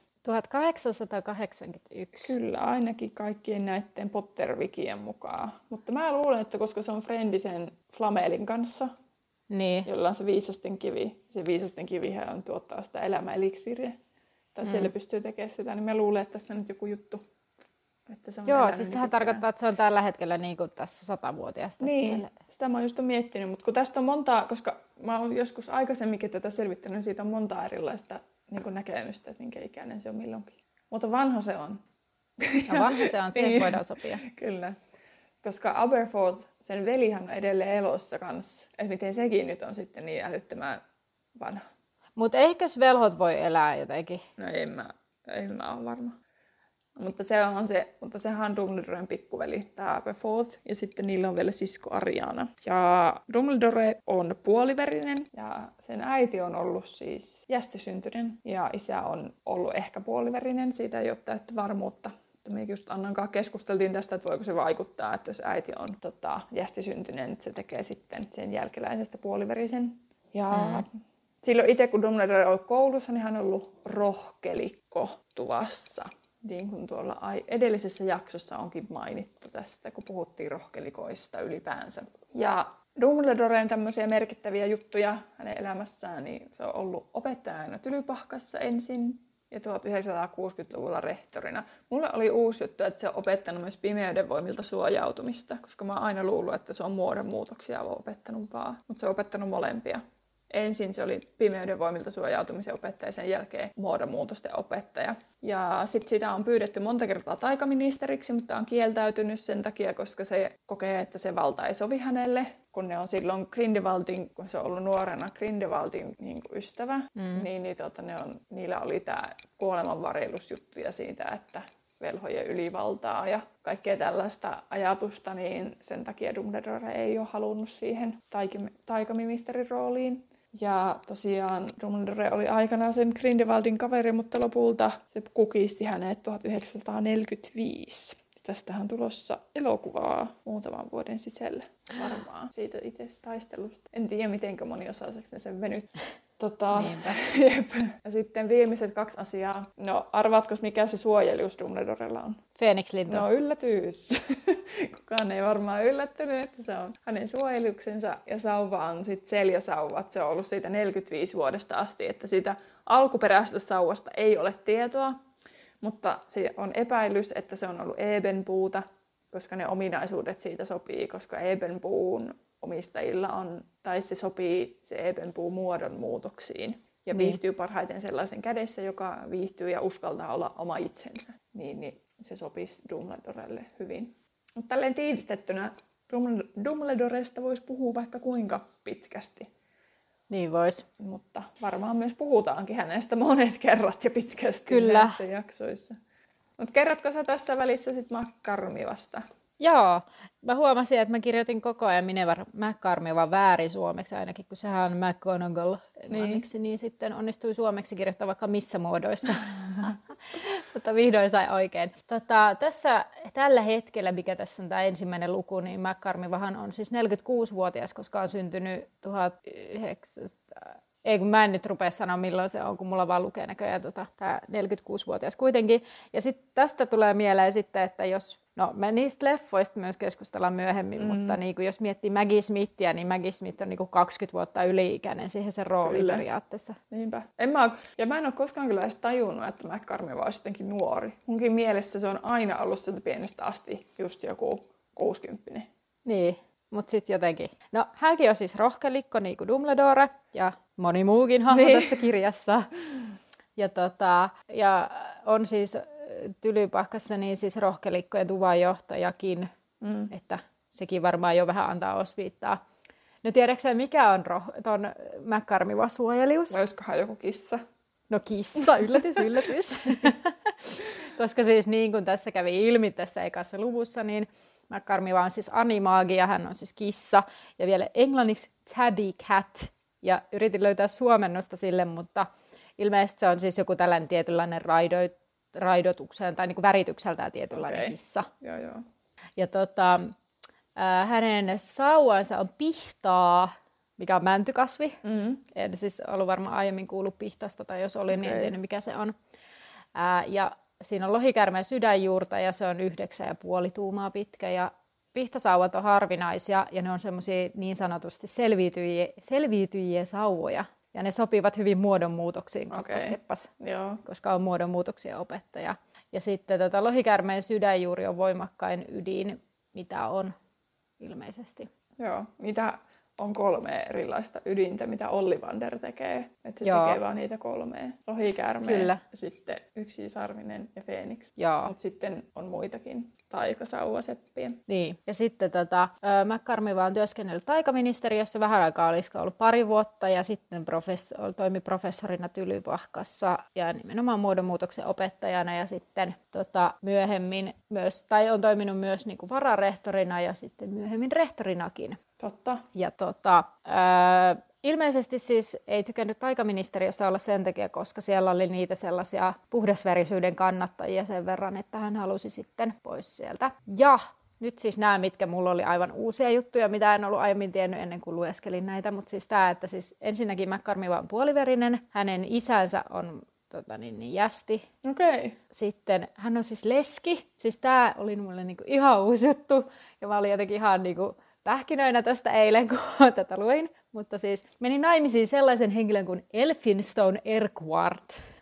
1881. Kyllä, ainakin kaikkien näiden Potter-wikien mukaan. Mutta mä luulen, että koska se on Frendisen Flamelin kanssa, jolla on se viisasten kivi, se viisasten kivihän tuottaa sitä elämäeliksiiriä, tai siellä pystyy tekemään sitä, niin mä luulen, että tässä on nyt joku juttu. Että se on joo, siis sehän tarkoittaa, että se on tällä hetkellä niin kuin tässä 100-vuotiaasta. Niin, siellä. Sitä mä oon just miettinyt, mutta kun tästä on montaa, koska mä oon joskus aikaisemminkin tätä selvittänyt, niin siitä on monta erilaista niin kuin näkemystä, että minkä ikäinen se on milloinkin. Mutta vanha se on. No vanha se on, siihen voidaan sopia. Kyllä, koska Aberforth, sen velihän on edelleen elossa kanssa, että miten sekin nyt on sitten niin älyttömän vanha. Mutta eikös velhot voi elää jotenkin? No en mä ole varma. Mutta sehän on Dumbledoren pikkuveli, tämä Aberforth, ja sitten niillä on vielä sisko Ariana. Ja Dumbledore on puoliverinen, ja sen äiti on ollut siis jästisyntyinen, ja isä on ollut ehkä puoliverinen, siitä ei ole täyttä varmuutta. Me just Annankaan keskusteltiin tästä, että voiko se vaikuttaa, että jos äiti on jästisyntyinen, että se tekee sitten sen jälkeläisestä puoliverisen. Ja silloin itse, kun Dumbledore on ollut koulussa, niin hän on ollut rohkelikko tuvassa. Niin kuin tuolla edellisessä jaksossa onkin mainittu tästä, kun puhuttiin rohkelikoista ylipäänsä. Ja Dumbledoren tämmöisiä merkittäviä juttuja hänen elämässään, niin se on ollut opettajana Tylypahkassa ensin ja 1960-luvulla rehtorina. Mulle oli uusi juttu, että se on opettanut myös pimeyden voimilta suojautumista, koska mä oon aina luullut, että se on muodonmuutoksia opettanut vaan, mutta se on opettanut molempia. Ensin se oli pimeyden voimilta suojautumisen opettaja, sen jälkeen muodonmuutosten opettaja. Ja sitten sitä on pyydetty monta kertaa taikaministeriksi, mutta on kieltäytynyt sen takia, koska se kokee, että se valta ei sovi hänelle. Kun ne on silloin Grindelwaldin, kun se on ollut nuorena Grindelwaldin niin kuin ystävä, niillä oli tämä kuolemanvarjelusjuttuja siitä, että velhojen ylivaltaa ja kaikkea tällaista ajatusta, niin sen takia Dumbledore ei ole halunnut siihen taikaministerin rooliin. Ja tosiaan Dumbledore oli aikanaan sen Grindelwaldin kaveri, mutta lopulta se kukisti hänet 1945. Tästähän on tulossa elokuvaa muutaman vuoden sisällä varmaan siitä itse taistelusta. En tiedä, mitenkä moni osaiseksi ne sen venyt. Jep. Ja sitten viimeiset 2 asiaa. No, arvaatko mikä se suojelius Dumbledorella on? Feenikslintu. No, yllätys. Kukaan ei varmaan yllättynyt, että se on hänen suojeluksensa. Ja sauva on sitten seljasauva. Se on ollut siitä 45 vuodesta asti, että siitä alkuperäisestä sauvasta ei ole tietoa. Mutta se on epäilys, että se on ollut ebenpuuta, koska ne ominaisuudet siitä sopii, koska ebenpuun omistajilla on, tai se sopii se ebenpuun muodon muutoksiin. Ja viihtyy parhaiten sellaisen kädessä, joka viihtyy ja uskaltaa olla oma itsensä. Niin se sopisi Dumbledorelle hyvin. Mutta tälleen tiivistettynä Dumbledoresta voisi puhua vaikka kuinka pitkästi. Niin vois. Mutta varmaan myös puhutaankin hänestä monet kerrat ja pitkästi Kyllä. näissä jaksoissa. Mutta kerrotko sä tässä välissä sitten McCormivasta? Joo, mä huomasin, että mä kirjoitin koko ajan Minerva McCormivan väärin suomeksi ainakin, kun sehän on McGonagall englanniksi, niin sitten onnistui suomeksi kirjoittaa vaikka missä muodoissa. Mutta vihdoin sai oikein. Tässä tällä hetkellä, mikä tässä on tämä ensimmäinen luku, niin McCormivahan on siis 46-vuotias, koska on syntynyt 1900... Ei kun mä en nyt rupea sanoa milloin se on, kun mulla vaan lukee näköjään tämä 46-vuotias kuitenkin. Ja sitten tästä tulee mieleen sitten, että jos, no me niistä leffoista myös keskustellaan myöhemmin, mutta niin kuin jos miettii Maggie Smithia, niin Maggie Smith on niin kuin 20 vuotta yli-ikäinen siihen se rooli Kyllä. periaatteessa. Niinpä. Mä en ole koskaan kyllä edes tajunnut, että McCormiva on sittenkin nuori. Munkin mielessä se on aina ollut sieltä pienestä asti just joku 60. Niin, mutta sitten jotenkin. No hänkin on siis rohkelikko niin kuin Dumbledore ja moni muukin hahmo tässä kirjassa. Ja on siis Tylypahkassa niin siis rohkelikkojen tuvanjohtajakin, että sekin varmaan jo vähän antaa osviittaa. No tiedätkö mikä on ton McCormivan suojelius? Olisikohan joku kissa? No kissa, yllätys. Koska siis niin kuin tässä kävi ilmi tässä ekassa luvussa, niin McCormiva on siis animaagi ja hän on siis kissa. Ja vielä englanniksi tabby cat. Ja yritin löytää suomennosta sille, mutta ilmeisesti se on siis joku tällainen tietynlainen raidotukseen tai niin kuin väritykseltään tietynlainen kissa. Joo. Ja hänen sauvansa on pihtaa, mikä on mäntykasvi. En siis ollut varmaan aiemmin kuullut pihtasta, tai jos oli, niin en tiedä mikä se on. Ja siinä on lohikärmeen sydänjuurta ja se on 9,5 tuumaa pitkä. Ja pihtasauvat on harvinaisia ja ne on semmoisia niin sanotusti selviytyjiä sauvoja. Ja ne sopivat hyvin muodonmuutoksiin, koska on muodonmuutoksien opettaja. Ja sitten lohikärmeen sydänjuuri on voimakkain ydin, mitä on ilmeisesti. Joo, mitä on 3 erilaista ydintä, mitä Ollivander tekee. Että se tekee vaan niitä 3. Lohikäärmeen, Kyllä. sitten yksisarvinen ja Feeniks. Mutta sitten on muitakin taikasauvaseppiä. Niin, ja sitten McCormiva on työskennellyt taikaministeriössä vähän aikaa, olisiko ollut 2 vuotta, ja sitten toimi professorina Tylypahkassa ja nimenomaan muodonmuutoksen opettajana, ja sitten myöhemmin myös, tai on toiminut myös niin kuin vararehtorina ja sitten myöhemmin rehtorinakin. Totta. Ja ilmeisesti siis ei tykännyt taikaministeriössä olla sen takia, koska siellä oli niitä sellaisia puhdasverisyyden kannattajia sen verran, että hän halusi sitten pois sieltä. Ja nyt siis nämä, mitkä mulla oli aivan uusia juttuja, mitä en ollut aiemmin tiennyt ennen kuin lueskelin näitä, mutta siis tämä, että siis ensinnäkin McCormiva on puoliverinen, hänen isänsä on jästi. Okei. Sitten hän on siis leski, siis tämä oli mulle niinku ihan uusi juttu ja mä olin jotenkin ihan niinku pähkinöinä tästä eilen, kun tätä luin. Mutta siis meni naimisiin sellaisen henkilön kuin Elphinstone Urquhart.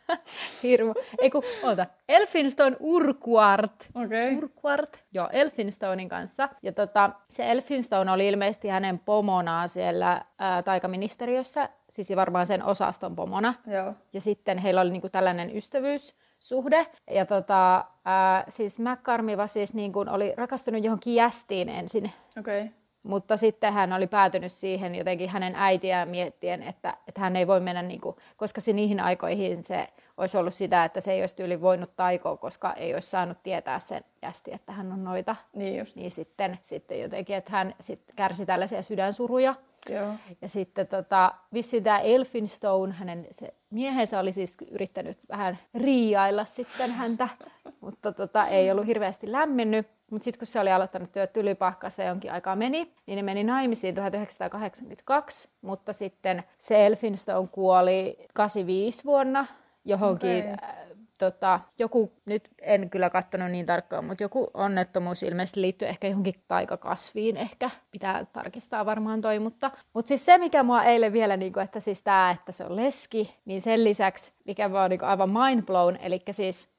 Elphinstone Urquhart. Okei. Urquhart. Joo, Elphinstonein kanssa. Ja se Elphinstone oli ilmeisesti hänen pomonaan siellä taikaministeriössä, siis varmaan sen osaston pomona. Joo. Ja sitten heillä oli niinku tällainen ystävyyssuhde. Ja siis McCormiva siis niinku oli rakastunut johonkin jästiin ensin. Okei. Mutta sitten hän oli päätynyt siihen jotenkin hänen äitiään miettien, että hän ei voi mennä, koska niihin aikoihin se olisi ollut sitä, että se ei olisi tyyli voinut taikoa, koska ei olisi saanut tietää sen jästi, että hän on noita. Niin just. Niin sitten jotenkin, että hän kärsi tällaisia sydänsuruja. Joo. Ja sitten vissiin tämä Elphinstone, se miehensä oli siis yrittänyt vähän riiailla sitten häntä, mutta ei ollut hirveästi lämmennyt. Mutta sitten kun se oli aloittanut työt Tylypahkassa ja jonkin aikaa meni, niin ne meni naimisiin 1982, mutta sitten se Elphinstone kuoli 85 vuonna johonkin, joku, nyt en kyllä katsonut niin tarkkaan, mutta joku onnettomuus ilmeisesti liittyy ehkä johonkin taikakasviin ehkä, pitää tarkistaa varmaan toi, mutta siis se mikä mua eilen vielä, että siis tämä, että se on leski, niin sen lisäksi, mikä vaan aivan mind blown, eli siis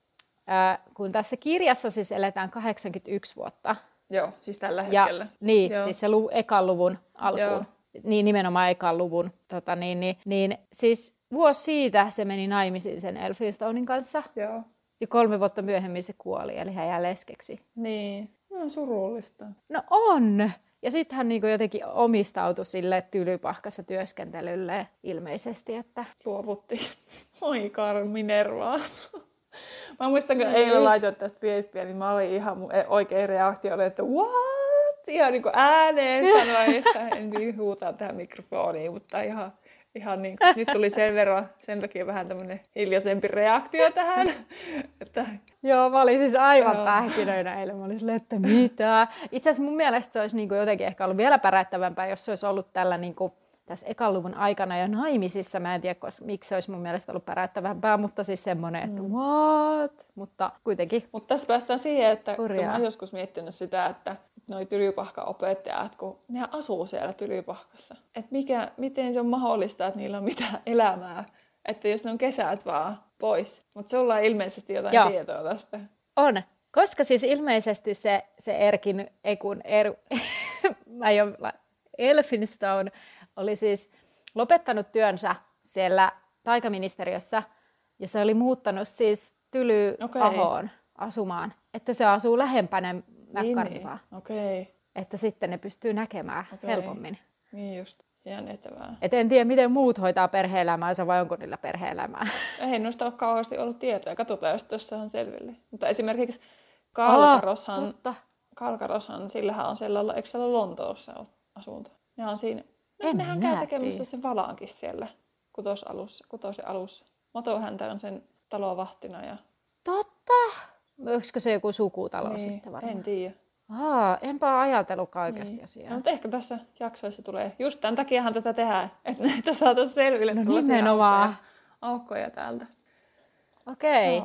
kun tässä kirjassa siis eletään 81 vuotta. Joo, siis tällä Ja, hetkellä. niin, Joo. siis se ekan luvun alkuun. Joo. Niin, nimenomaan ekan luvun. Niin siis vuosi siitä se meni naimisiin sen Elphinstonein kanssa. Joo. Ja 3 vuotta myöhemmin se kuoli, eli hän jää leskeksi. Niin, on surullista. No on! Ja sitten hän niinku jotenkin omistautui sille Tylypahkassa työskentelylle ilmeisesti, että... Luovutti. Oi Minervaa. Mä muistan, kun eilen laitoin tästä viestiä, niin mä olin ihan oikein reaktio oli, että what? Ihan niin kuin ääneen sanoin, että en niin huutaa tähän mikrofoniin, mutta ihan niin kuin, nyt tuli sen takia vähän tämmöinen hiljaisempi reaktio tähän. Että... Joo, mä olin siis aivan pähkinöinä eilen. Mä olin silleen, että mitä? Itse asiassa mun mielestä se olisi niin kuin jotenkin ehkä ollut vielä päräyttävämpää, jos se olisi ollut tällä niin kuin tässä ekan luvun aikana jo naimisissa. Mä en tiedä, miksi se olisi mun mielestä ollut päräyttävämpää, mutta siis semmoinen, että what? Mutta kuitenkin. Mutta tässä päästään siihen, että kun mä oon joskus miettinyt sitä, että noi Tylypahka-opettajat, kun ne asuu siellä Tylypahkassa. Että miten se on mahdollista, että niillä on mitään elämää. Että jos ne on kesät vaan pois. Mutta sulla on ilmeisesti jotain tietoa tästä. On. Koska siis ilmeisesti se Elphinstone oli siis lopettanut työnsä siellä taikaministeriössä ja se oli muuttanut siis Tylyahoon asumaan. Että se asuu lähempänä McCarthyvaa. Okei. Että sitten ne pystyy näkemään helpommin. Niin just. Jännittävää. Et en tiedä, miten muut hoitaa perhe-elämäänsä vai onko niillä perhe-elämää. Ei noista ole kauheasti ollut tietoja. Katsotaan, jos tuossa on selville. Mutta esimerkiksi Kalkaroshan, sillähän on siellä, eikö siellä Lontoossa asunto? Ne on siinä. Nehän käy tekemässä sen valaankin siellä kutosen alussa. Matohäntä on sen talovahtina. Ja... Totta! Olisiko se joku sukutalo sitten varmaan? En tiedä. Enpä ajatellutkaan oikeasti asiaa. No, mutta ehkä tässä jaksoissa tulee. Just tämän takiahan tätä tehdään, että näitä saataisiin selville. No nimenomaan. Aukkoja täältä. Okei.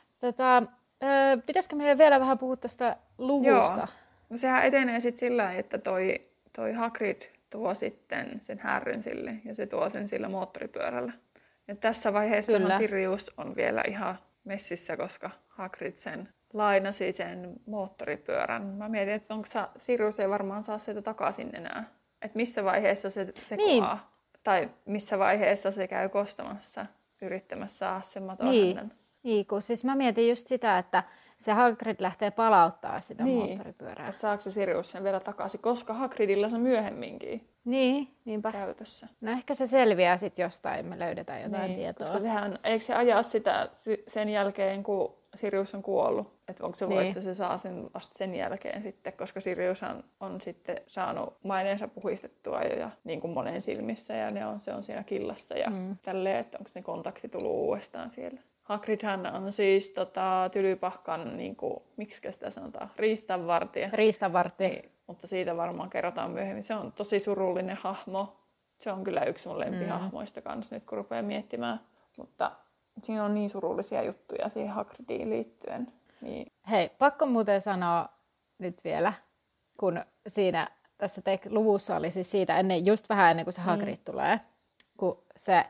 Pitäisikö meidän vielä vähän puhua tästä luvusta? Joo. No, sehän etenee sitten sillä lailla, että toi Hagrid tuo sitten sen härryn sille ja se tuo sen sillä moottoripyörällä. Ja tässä vaiheessa Sirius on vielä ihan messissä, koska Hagrid sen lainasi sen moottoripyörän. Mä mietin, että Sirius ei varmaan saa sitä takaisin enää. Että missä vaiheessa se sekoaa. Tai missä vaiheessa se käy kostamassa, yrittämässä saada sen matohännän. Niin, kun siis mä mietin just sitä, että se Hagrid lähtee palauttaa sitä moottoripyörää. Että saako se Sirius sen vielä takaisin, koska Hagridilla se myöhemminkin niinpä. Käytössä. No ehkä se selviää sitten jostain, me löydetään jotain tietoa. Koska sehän, eikö se ajaa sitä sen jälkeen, kun Sirius on kuollut? Että onko se että se saa sen vasta sen jälkeen sitten, koska Sirius on sitten saanut maineensa puhistettua ja niin kuin monen silmissä ja se on siinä killassa ja tälleen, että onko se kontakti tullut uudestaan siellä. Hagridhan on siis Tylypahkan, niin kuin, miksi sitä sanotaan, riistanvartija. Riistanvartija. Mutta siitä varmaan kerrotaan myöhemmin. Se on tosi surullinen hahmo. Se on kyllä yksi mun lempihahmoista kanssa nyt, kun rupeaa miettimään. Mutta siinä on niin surullisia juttuja siihen Hagridiin liittyen. Niin. Hei, pakko muuten sanoa nyt vielä, kun siinä tässä luvussa oli siis siitä just vähän ennen kuin se Hagrid tulee, kun se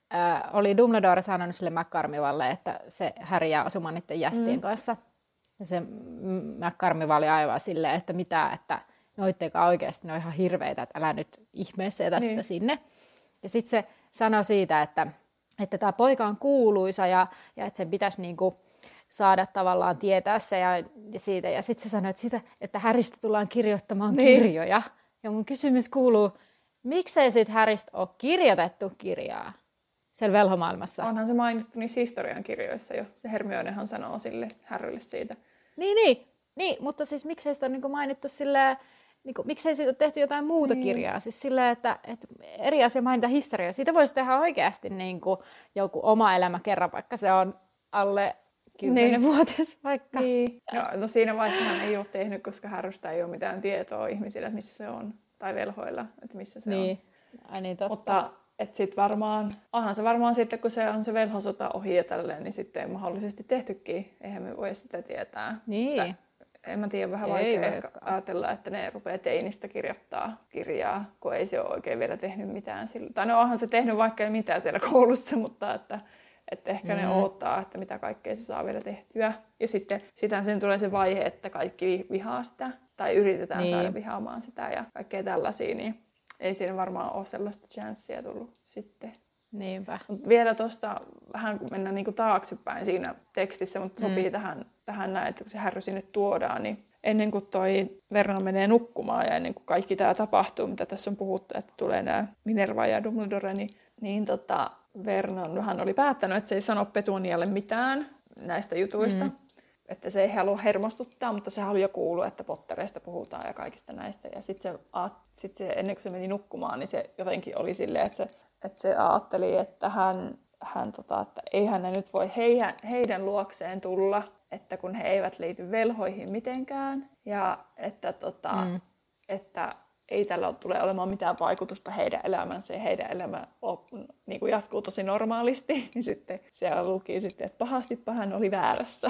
oli Dumbledore sanonut sille McCormivalle, että se Harry jää asumaan niiden jästien kanssa. Ja se McCormiva oli aivan silleen, että mitä, että noitteikaan oikeasti, ne on ihan hirveitä, että älä nyt ihmeessä jätä sitä sinne. Ja sitten se sanoi siitä, että tämä poika on kuuluisa ja että sen pitäisi niinku saada tavallaan tietää se ja siitä. Ja sitten se sanoi, että Harrystä tullaan kirjoittamaan kirjoja. Ja mun kysymys kuuluu, miksei sitten Harrystä ole kirjoitettu kirjaa siellä velhomaailmassa? Onhan se mainittu niissä historiankirjoissa jo. Se Hermionehan sanoo sille Harrylle siitä. Niin, mutta siis miksei sitä ole niinku mainittu silleen, niinku, miksei siitä ole tehty jotain muuta kirjaa? Siis silleen, että eri asia mainita historiaa. Siitä voisi tehdä oikeasti niinku joku oma elämä kerran, vaikka se on alle 10-vuotias vaikka. Niin. No siinä vaiheessa hän ei ole tehnyt, koska Harrystä ei ole mitään tietoa ihmisille, että missä se on. Tai velhoilla, että missä se on. Ai niin, totta. Mutta että sitten onhan se varmaan sitten, kun se on se velhosota ohi ja tälleen, niin sitten ei mahdollisesti tehtykin. Eihän me voi sitä tietää. Niin. En mä tiedä, vähän vaikea ajatella, että ne rupeaa teinistä kirjoittaa kirjaa, kun ei se ole oikein vielä tehnyt mitään. Tai no onhan se tehnyt vaikka ei mitään siellä koulussa, mutta että Että ehkä ne odottaa, että mitä kaikkea se saa vielä tehtyä. Ja sitten sen tulee se vaihe, että kaikki vihaa sitä. Tai yritetään saada vihaamaan sitä ja kaikkea tällaisia. Niin ei siinä varmaan ole sellaista chanssiä tullut sitten. Niinpä. Mut vielä tuosta vähän kun mennään niinku taaksepäin siinä tekstissä, mutta sopii tähän näin, että kun se Harry sinne tuodaan, niin ennen kuin toi Vernon menee nukkumaan ja ennen kuin kaikki tämä tapahtuu, mitä tässä on puhuttu, että tulee nämä Minerva ja Dumbledore, niin Vernon hän oli päättänyt, että se ei sano Petunialle mitään näistä jutuista. Että se ei halua hermostuttaa, mutta se haluaa kuulla, että Pottereista puhutaan ja kaikista näistä. Ja sitten se, ennen kuin se meni nukkumaan, niin se jotenkin oli silleen, että se ajatteli, että että eihän ne nyt voi heidän luokseen tulla, että kun he eivät liity velhoihin mitenkään. Ja että ei tällä tule olemaan mitään vaikutusta heidän elämänsä ja heidän elämä niin kuin jatkuu tosi normaalisti. Niin sitten siellä luki sitten, että pahastipa hän oli väärässä.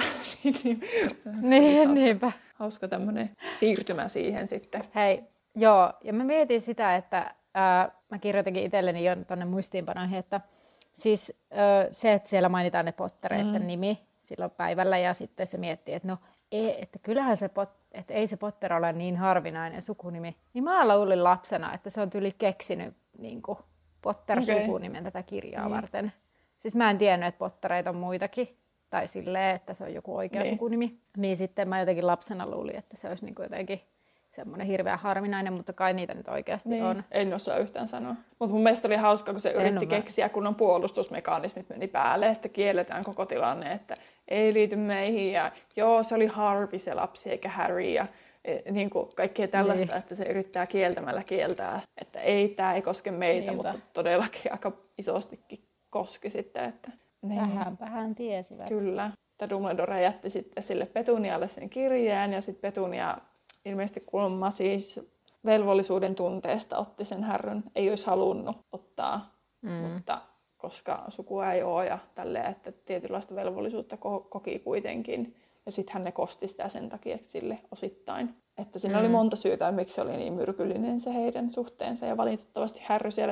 Niinpä. Hauska tämmöinen siirtymä siihen sitten. Hei, joo. Ja mä mietin sitä, että mä kirjoitinkin itselleni jo tuonne muistiinpanoihin, että siis se, että siellä mainitaan ne Pottereiden nimi silloin päivällä ja sitten se miettii, että no että kyllähän että ei se Potter ole niin harvinainen sukunimi. Niin mä luulin lapsena, että se on tyyli keksinyt niin kuin Potter-sukunimen tätä kirjaa varten. Siis mä en tiennyt, että Pottereita on muitakin. Tai silleen, että se on joku oikea sukunimi. Niin sitten mä jotenkin lapsena luulin, että se olisi niin kuin jotenkin semmoinen hirveän harvinainen, mutta kai niitä nyt oikeasti on. En osaa yhtään sanoa. Mutta mun mielestä oli hauska, kun se yritti keksiä, kun on puolustusmekanismit meni päälle, että kielletään koko tilanne, että ei liity meihin ja joo, se oli Harvey se lapsi eikä Harry ja niin kuin kaikkea tällaista, että se yrittää kieltämällä kieltää, että ei, tämä ei koske meitä, mutta todellakin aika isostikin koski sitten. Että, Vähänpähän tiesivät. Kyllä. Dumbledore jätti sitten sille Petunialle sen kirjeen ja sitten Petunia ilmeisesti kuulemma siis velvollisuuden tunteesta otti sen Harryn. Ei olisi halunnut ottaa, mutta koska sukua ei ole ja tälleen, että tietynlaista velvollisuutta koki kuitenkin. Ja sitten ne kosti sitä sen takia sille osittain. Että siinä oli monta syytä, miksi se oli niin myrkyllinen se heidän suhteensa. Ja valitettavasti Harry siellä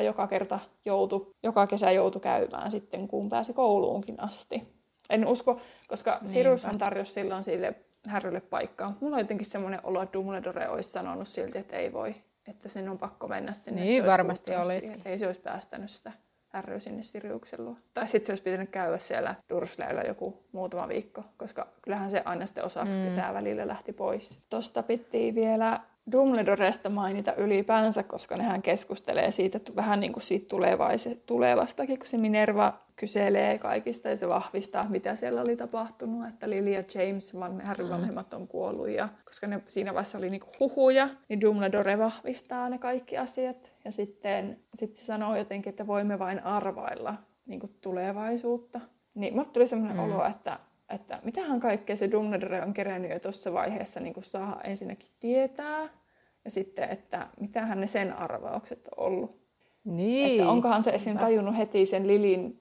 joka kesä joutui käymään sitten, kun pääsi kouluunkin asti. En usko, koska Siriushan tarjosi silloin sille Harrylle paikkaa. Mulla on jotenkin semmoinen olo, että Dumbledore olisi sanonut silti, että ei voi. Että sen on pakko mennä sinne. Niin, varmasti olisi. Ei se olisi päästänyt sitä Harryä sinne Siriuksen luo. Tai sitten se olisi pitänyt käydä siellä Dursleyllä joku muutama viikko, koska kyllähän se aina sitten osaksi kesää välillä lähti pois. Tosta pittiin vielä Dumbledoresta mainita ylipäänsä, koska nehän keskustelee siitä vähän niin kuin siitä tulevastakin, kun se Minerva kyselee kaikista ja se vahvistaa, mitä siellä oli tapahtunut, että Lily ja James, Harryn vanhemmat on kuollut ja koska ne siinä vaiheessa oli niinku huhuja, niin Dumbledore vahvistaa ne kaikki asiat ja sitten se sanoo jotenkin, että voimme vain arvailla niinku tulevaisuutta. Niin mulle tuli semmoinen olo, että mitähän kaikkea se Dumbledore on kerännyt jo tuossa vaiheessa niin kuin saa ensinnäkin tietää. Ja sitten, että mitähän ne sen arvaukset on ollut. Niin. Että onkohan se esim. Tajunnut heti sen Lilin,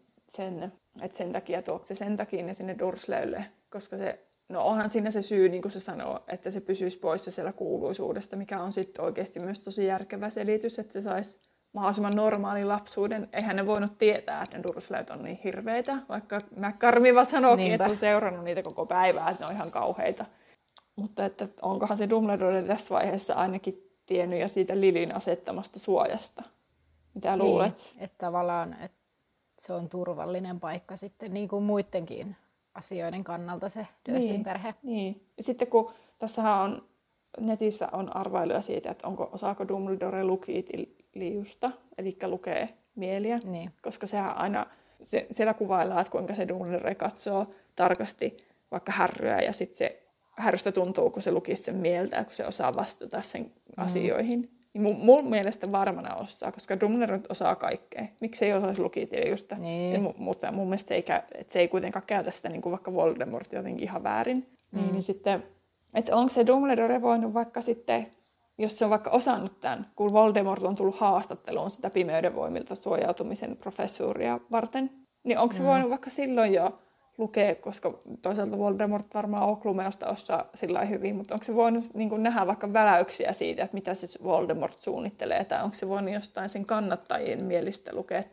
että sen takia tuoksi se sen takia ne sinne Dursleylle. Koska onhan siinä se syy, niin kuin se sanoo, että se pysyisi poissa siellä kuuluisuudesta, mikä on sitten oikeasti myös tosi järkevä selitys, että se saisi mahdollisimman normaalin lapsuuden. Eihän ne voinut tietää, että ne Dursleyt on niin hirveitä, vaikka McCormick sanookin, että se on seurannut niitä koko päivää, että ne on ihan kauheita. Mutta että onkohan se Dumbledore tässä vaiheessa ainakin tiennyt jo siitä Lilin asettamasta suojasta? Mitä luulet? Niin, että tavallaan että se on turvallinen paikka sitten niin kuin muidenkin asioiden kannalta se Dursleyn perhe. Niin. Ja sitten kun tässähän on netissä on arvailuja siitä, että osaako Dumbledore Lukitiliusta, eli lukee mieliä, koska sehän aina, siellä kuvaillaan, että kuinka se Dumbledore katsoo tarkasti vaikka Harryä, ja sitten se Harrystä tuntuu, kun se lukisi sen mieltä, kun se osaa vastata sen asioihin. Niin mun mielestä varmana osaa, koska Dumbledore osaa kaikkea. Miksi ei osaisi Lukitiliusta? Niin. Mutta mun mielestä se ei kuitenkaan käytä sitä niin kuin vaikka Voldemort jotenkin ihan väärin. Niin sitten, että onko se Dumbledore voinut vaikka sitten, jos se on vaikka osannut tämän, kun Voldemort on tullut haastatteluun sitä pimeyden voimilta suojautumisen professuuria varten, niin onko se voinut vaikka silloin jo lukea, koska toisaalta Voldemort varmaan Oklumeosta osaa sillä hyvin, mutta onko se voinut niin kuin nähdä vaikka väläyksiä siitä, että mitä se Voldemort suunnittelee, tai onko se voinut jostain sen kannattajien mielistä lukea, tai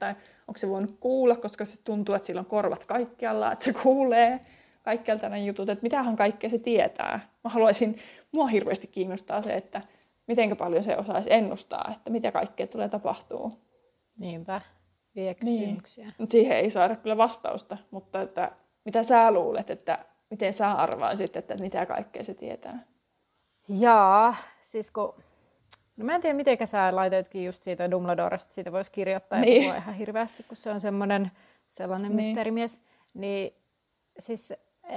onko se voinut kuulla, koska se tuntuu, että sillä on korvat kaikkialla, että se kuulee kaikkialta nämä jutut, että mitähän kaikkea se tietää. Mua hirveästi kiinnostaa se, että miten paljon se osaisi ennustaa, että mitä kaikkea tulee tapahtuu. Niinpä, vie kysymyksiä. Niin. Siihen ei saada kyllä vastausta, mutta että, mitä sä luulet, että miten sä arvaisit, että mitä kaikkea se tietää? Jaa, siis kun... No mä en tiedä, miten sä laitoitkin just siitä Dumbledoresta, siitä voisi kirjoittaa ja puhua ihan hirveästi, kun se on sellainen mysteerimies. Niin siis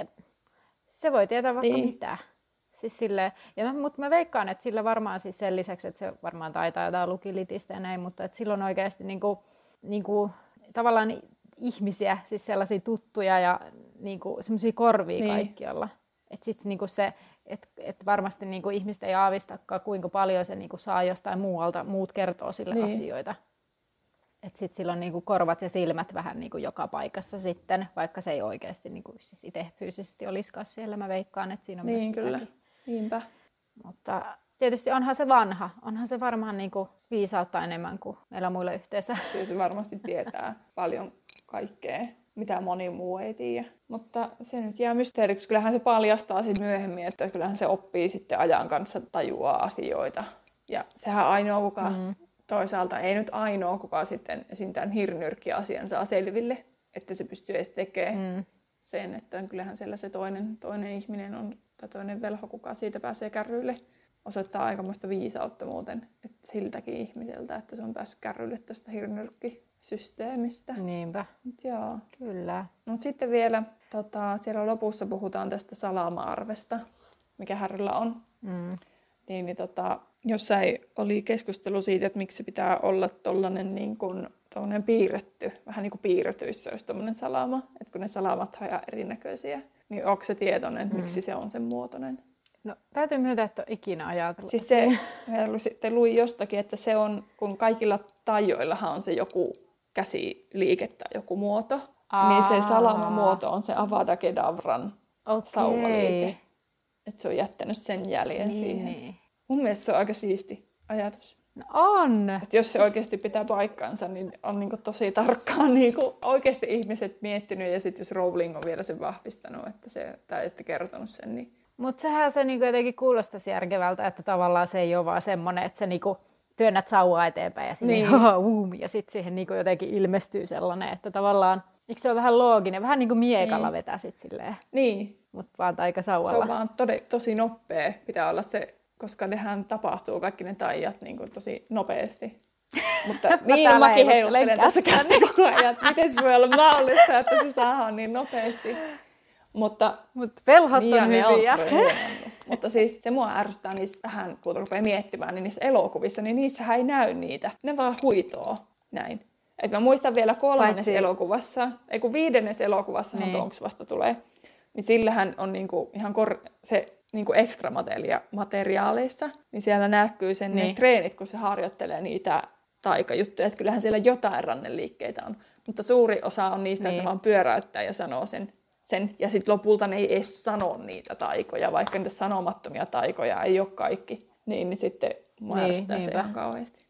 se voi tietää vaikka mitä. Siis mutta mä veikkaan, että sillä varmaan siis sen lisäksi, että se varmaan taitaa jotain lukilitistä ja näin, mutta että silloin oikeasti niinku, tavallaan ihmisiä, siis sellaisia tuttuja ja niinku, semmoisia korvia kaikkialla. Että sitten niinku et varmasti niinku ihmiset ei aavistakaan, kuinka paljon se niinku saa jostain muualta, muut kertoo sille asioita. Että sitten sillä on niinku korvat ja silmät vähän niinku joka paikassa sitten, vaikka se ei oikeasti niinku, siis itse fyysisesti olisikaan siellä. Mä veikkaan, että siinä on myös kyllä. Niinpä. Mutta tietysti onhan se vanha. Onhan se varmaan niinku viisautta enemmän kuin meillä muilla yhteensä. Kyllä se varmasti tietää paljon kaikkea, mitä moni muu ei tiedä. Mutta se nyt jää mysteeriksi. Kyllähän se paljastaa sitten myöhemmin, että kyllähän se oppii sitten ajan kanssa tajuaa asioita. Ja sehän ainoa, kuka toisaalta ei nyt ainoa, kuka sitten tämän hirnyrkki-asian saa selville, että se pystyy edes tekemään sen, että kyllähän siellä se toinen ihminen on, tai toinen velho, kuka siitä pääsee kärryille, osoittaa aikamoista viisautta muuten, että siltäkin ihmiseltä, että se on päässyt kärryille tästä hirnyrkkisysteemistä. Niinpä. Joo. Kyllä. Mutta sitten vielä siellä lopussa puhutaan tästä salama-arvesta, mikä Harryllä on. Niin, jossain oli keskustelu siitä, että miksi se pitää olla tollainen niin kuin piirretty, vähän niin kuin piirretyissä olisi tommoinen salama, että kun ne salamat on ihan erinäköisiä, niin onko se tietoinen, että miksi se on sen muotoinen? No, täytyy myöntää, että ole ikinä ajatellut. Siis te luin jostakin, että se on, kun kaikilla tajoillahan on se joku käsiliike tai joku muoto, niin se salamamuoto on se Avada Kedavran saumaliike. Että se on jättänyt sen jäljen siihen. Niin. Mun mielestä se on aika siisti ajatus. No on! Että jos se oikeasti pitää paikkansa, niin on niinku tosi tarkkaan niinku oikeasti ihmiset miettinyt. Ja sitten jos Rowling on vielä sen vahvistanut, tai ette kertonut sen, niin... Mutta sehän se niinku jotenkin kuulostaisi järkevältä, että tavallaan se ei ole vaan semmoinen, että se niinku työnnät sauvaa eteenpäin ja ja sitten siihen niinku jotenkin ilmestyy sellainen, että tavallaan... Eikö se ole vähän looginen? Vähän niin kuin miekalla vetää sit silleen. Niin. Mutta vaan taikasauvalla. Se on vaan tosi nopea. Pitää olla se, koska nehän tapahtuu kaikki ne taijat niin kuin tosi nopeasti. Mutta niin, mäkin heiluttelen tässä kättä koko ajan. Miten se voi olla mahdollista, että se saadaan niin nopeasti? Mutta velhot on hyviä. Mutta siis se mua ärsyttää niissä vähän, kun rupeaa miettimään, niin niissä elokuvissa, niin niissähän ei näy niitä. Ne vaan huitoo näin. Et mä muistan vielä 3. elokuvassa, ei kun 5. elokuvassahan Tonks vasta tulee, niin sillähän on niinku ihan se niinku ekstra materiaaleissa, niin siellä näkyy sen ne treenit, kun se harjoittelee niitä taikajuttuja, että kyllähän siellä jotain ranneliikkeitä on. Mutta suuri osa on niistä, että ne vaan pyöräyttää ja sanoo sen ja sitten lopulta ne ei edes sano niitä taikoja, vaikka niitä sanomattomia taikoja ei ole kaikki. Niin sitten mua ärsyttää se ihan kauheasti.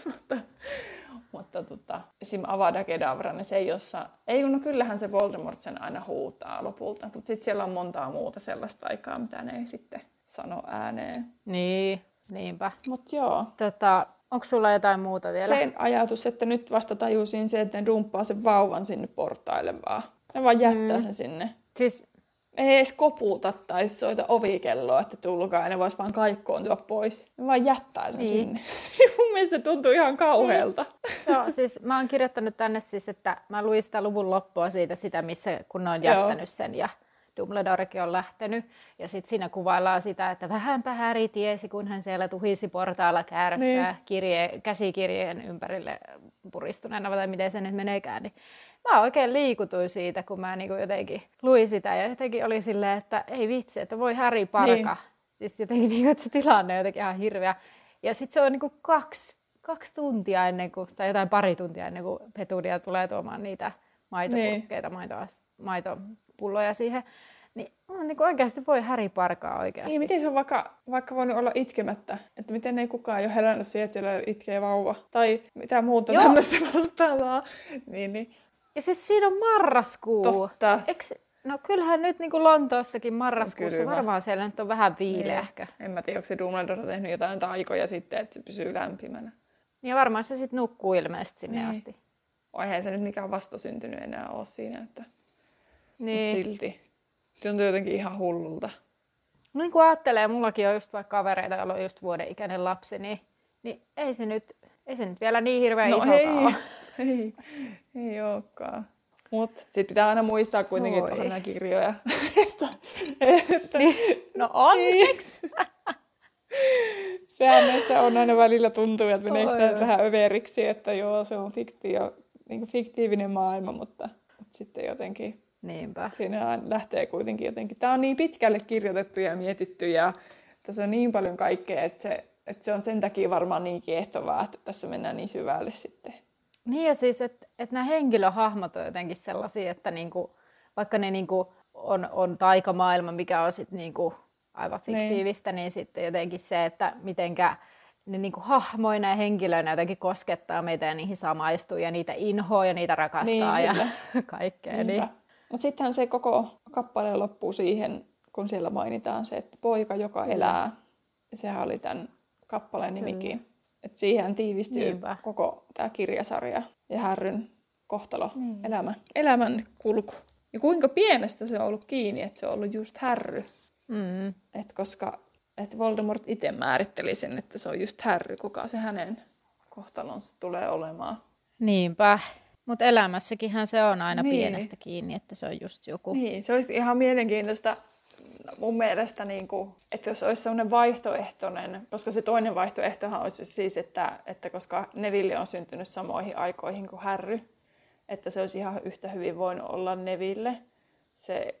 Mutta esim. Avada Kedavra, niin se ei jossain... No kyllähän se Voldemort sen aina huutaa lopulta, mutta sitten siellä on montaa muuta sellaista aikaa, mitä ne ei sitten sano ääneen. Niin, niinpä. Mut joo. Onko sulla jotain muuta vielä? Se ajatus, että nyt vasta tajusin se, että ne dumppaa sen vauvan sinne portaille vaan. Ne vaan jättää sen sinne. Siis... Ei edes koputa tai soita ovikelloa, että tulkaa ja ne vois vaan kaikkoontua pois. Ne vaan jättää sen sinne. Mun mielestä se tuntuu ihan kauhealta. Joo, siis mä oon kirjoittanut tänne siis, että mä luin sitä luvun loppua sitä, missä kun ne on jättänyt sen ja Dumbledorekin on lähtenyt. Ja sitten siinä kuvaillaan sitä, että vähänpä Harry tiesi, kun hän siellä tuhisi portaalla käärässä käsikirjeen ympärille puristuneena, tai miten se nyt meneekään. Niin mä oikein liikutuin siitä, kun mä niinku jotenkin luin sitä ja jotenkin oli silleen, että ei vitsi, että voi Harry parka. Niin. Siis jotenkin niinku, että se tilanne on jotenkin ihan hirveä. Ja sitten se on niinku kaksi tuntia ennen kuin, tai jotain pari tuntia ennen kuin Petunia tulee tuomaan niitä maitopurkkeita, maitopulloja siihen. Niin on niin oikeasti voi Harry parkaa oikeasti. Niin, miten se on vaikka voinut olla itkemättä? Että miten ei kukaan ole herännyt siihen, että siellä itkee vauva? Tai mitä muuta tämmöistä vastaavaa. Niin. Ja siis siinä on marraskuu. Totta. No kyllähän nyt niin kuin Lontoossakin marraskuussa varmaan siellä nyt on vähän viileähkö. En mä tiedä, onko se Dumbledore tehnyt jotain taikoja sitten, että se pysyy lämpimänä. Ja varmaan se sitten nukkuu ilmeisesti sinne asti. Eihän se nyt mikään vastasyntynyt enää ole siinä, että niin. Silti. Se on jotenkin ihan hullulta. No niin kuin ajattelee, mullakin on just vaikka kavereita, joilla on just vuoden ikäinen lapsi, niin ei se nyt vielä niin hirveän isokaan ole. Ei olekaan. Mutta sitten pitää aina muistaa kuitenkin, että onhan nämä kirjoja. Niin. No onneksi! Sehän näissä on aina välillä tuntuu, että meneekö tämä vähän överiksi, että joo, se on niin fiktiivinen maailma, mutta sitten jotenkin niinpä. Siinä lähtee kuitenkin jotenkin. Tämä on niin pitkälle kirjoitettu ja mietitty ja tässä on niin paljon kaikkea, että se on sen takia varmaan niin kiehtovaa, että tässä mennään niin syvälle sitten. Niin ja siis, että nämä henkilöhahmot on jotenkin sellaisia, että niinku, vaikka ne niinku on taikamaailma, mikä on sitten niinku aivan fiktiivistä, niin sitten jotenkin se, että mitenkä ne niinku hahmoina ja henkilöinä jotenkin koskettaa meitä ja niihin samaistuu ja niitä inhoa ja niitä rakastaa niin, ja kaikkea. Niin. No sittenhän se koko kappale loppuu siihen, kun siellä mainitaan se, että poika, joka elää. Ja sehän oli tämän kappaleen nimikin. Että siihen tiivistyy koko tämä kirjasarja ja Harryn kohtalo, elämän kulku. Ja kuinka pienestä se on ollut kiinni, että se on ollut just Harry. Koska Voldemort itse määritteli sen, että se on just Harry, kuka se hänen kohtalonsa tulee olemaan. Niinpä. Mutta elämässäkinhän se on aina pienestä kiinni, että se on just joku. Niin, se olisi ihan mielenkiintoista mun mielestä, että jos olisi sellainen vaihtoehtoinen, koska se toinen vaihtoehtohan olisi siis, että koska Neville on syntynyt samoihin aikoihin kuin Harry, että se olisi ihan yhtä hyvin voinut olla Neville se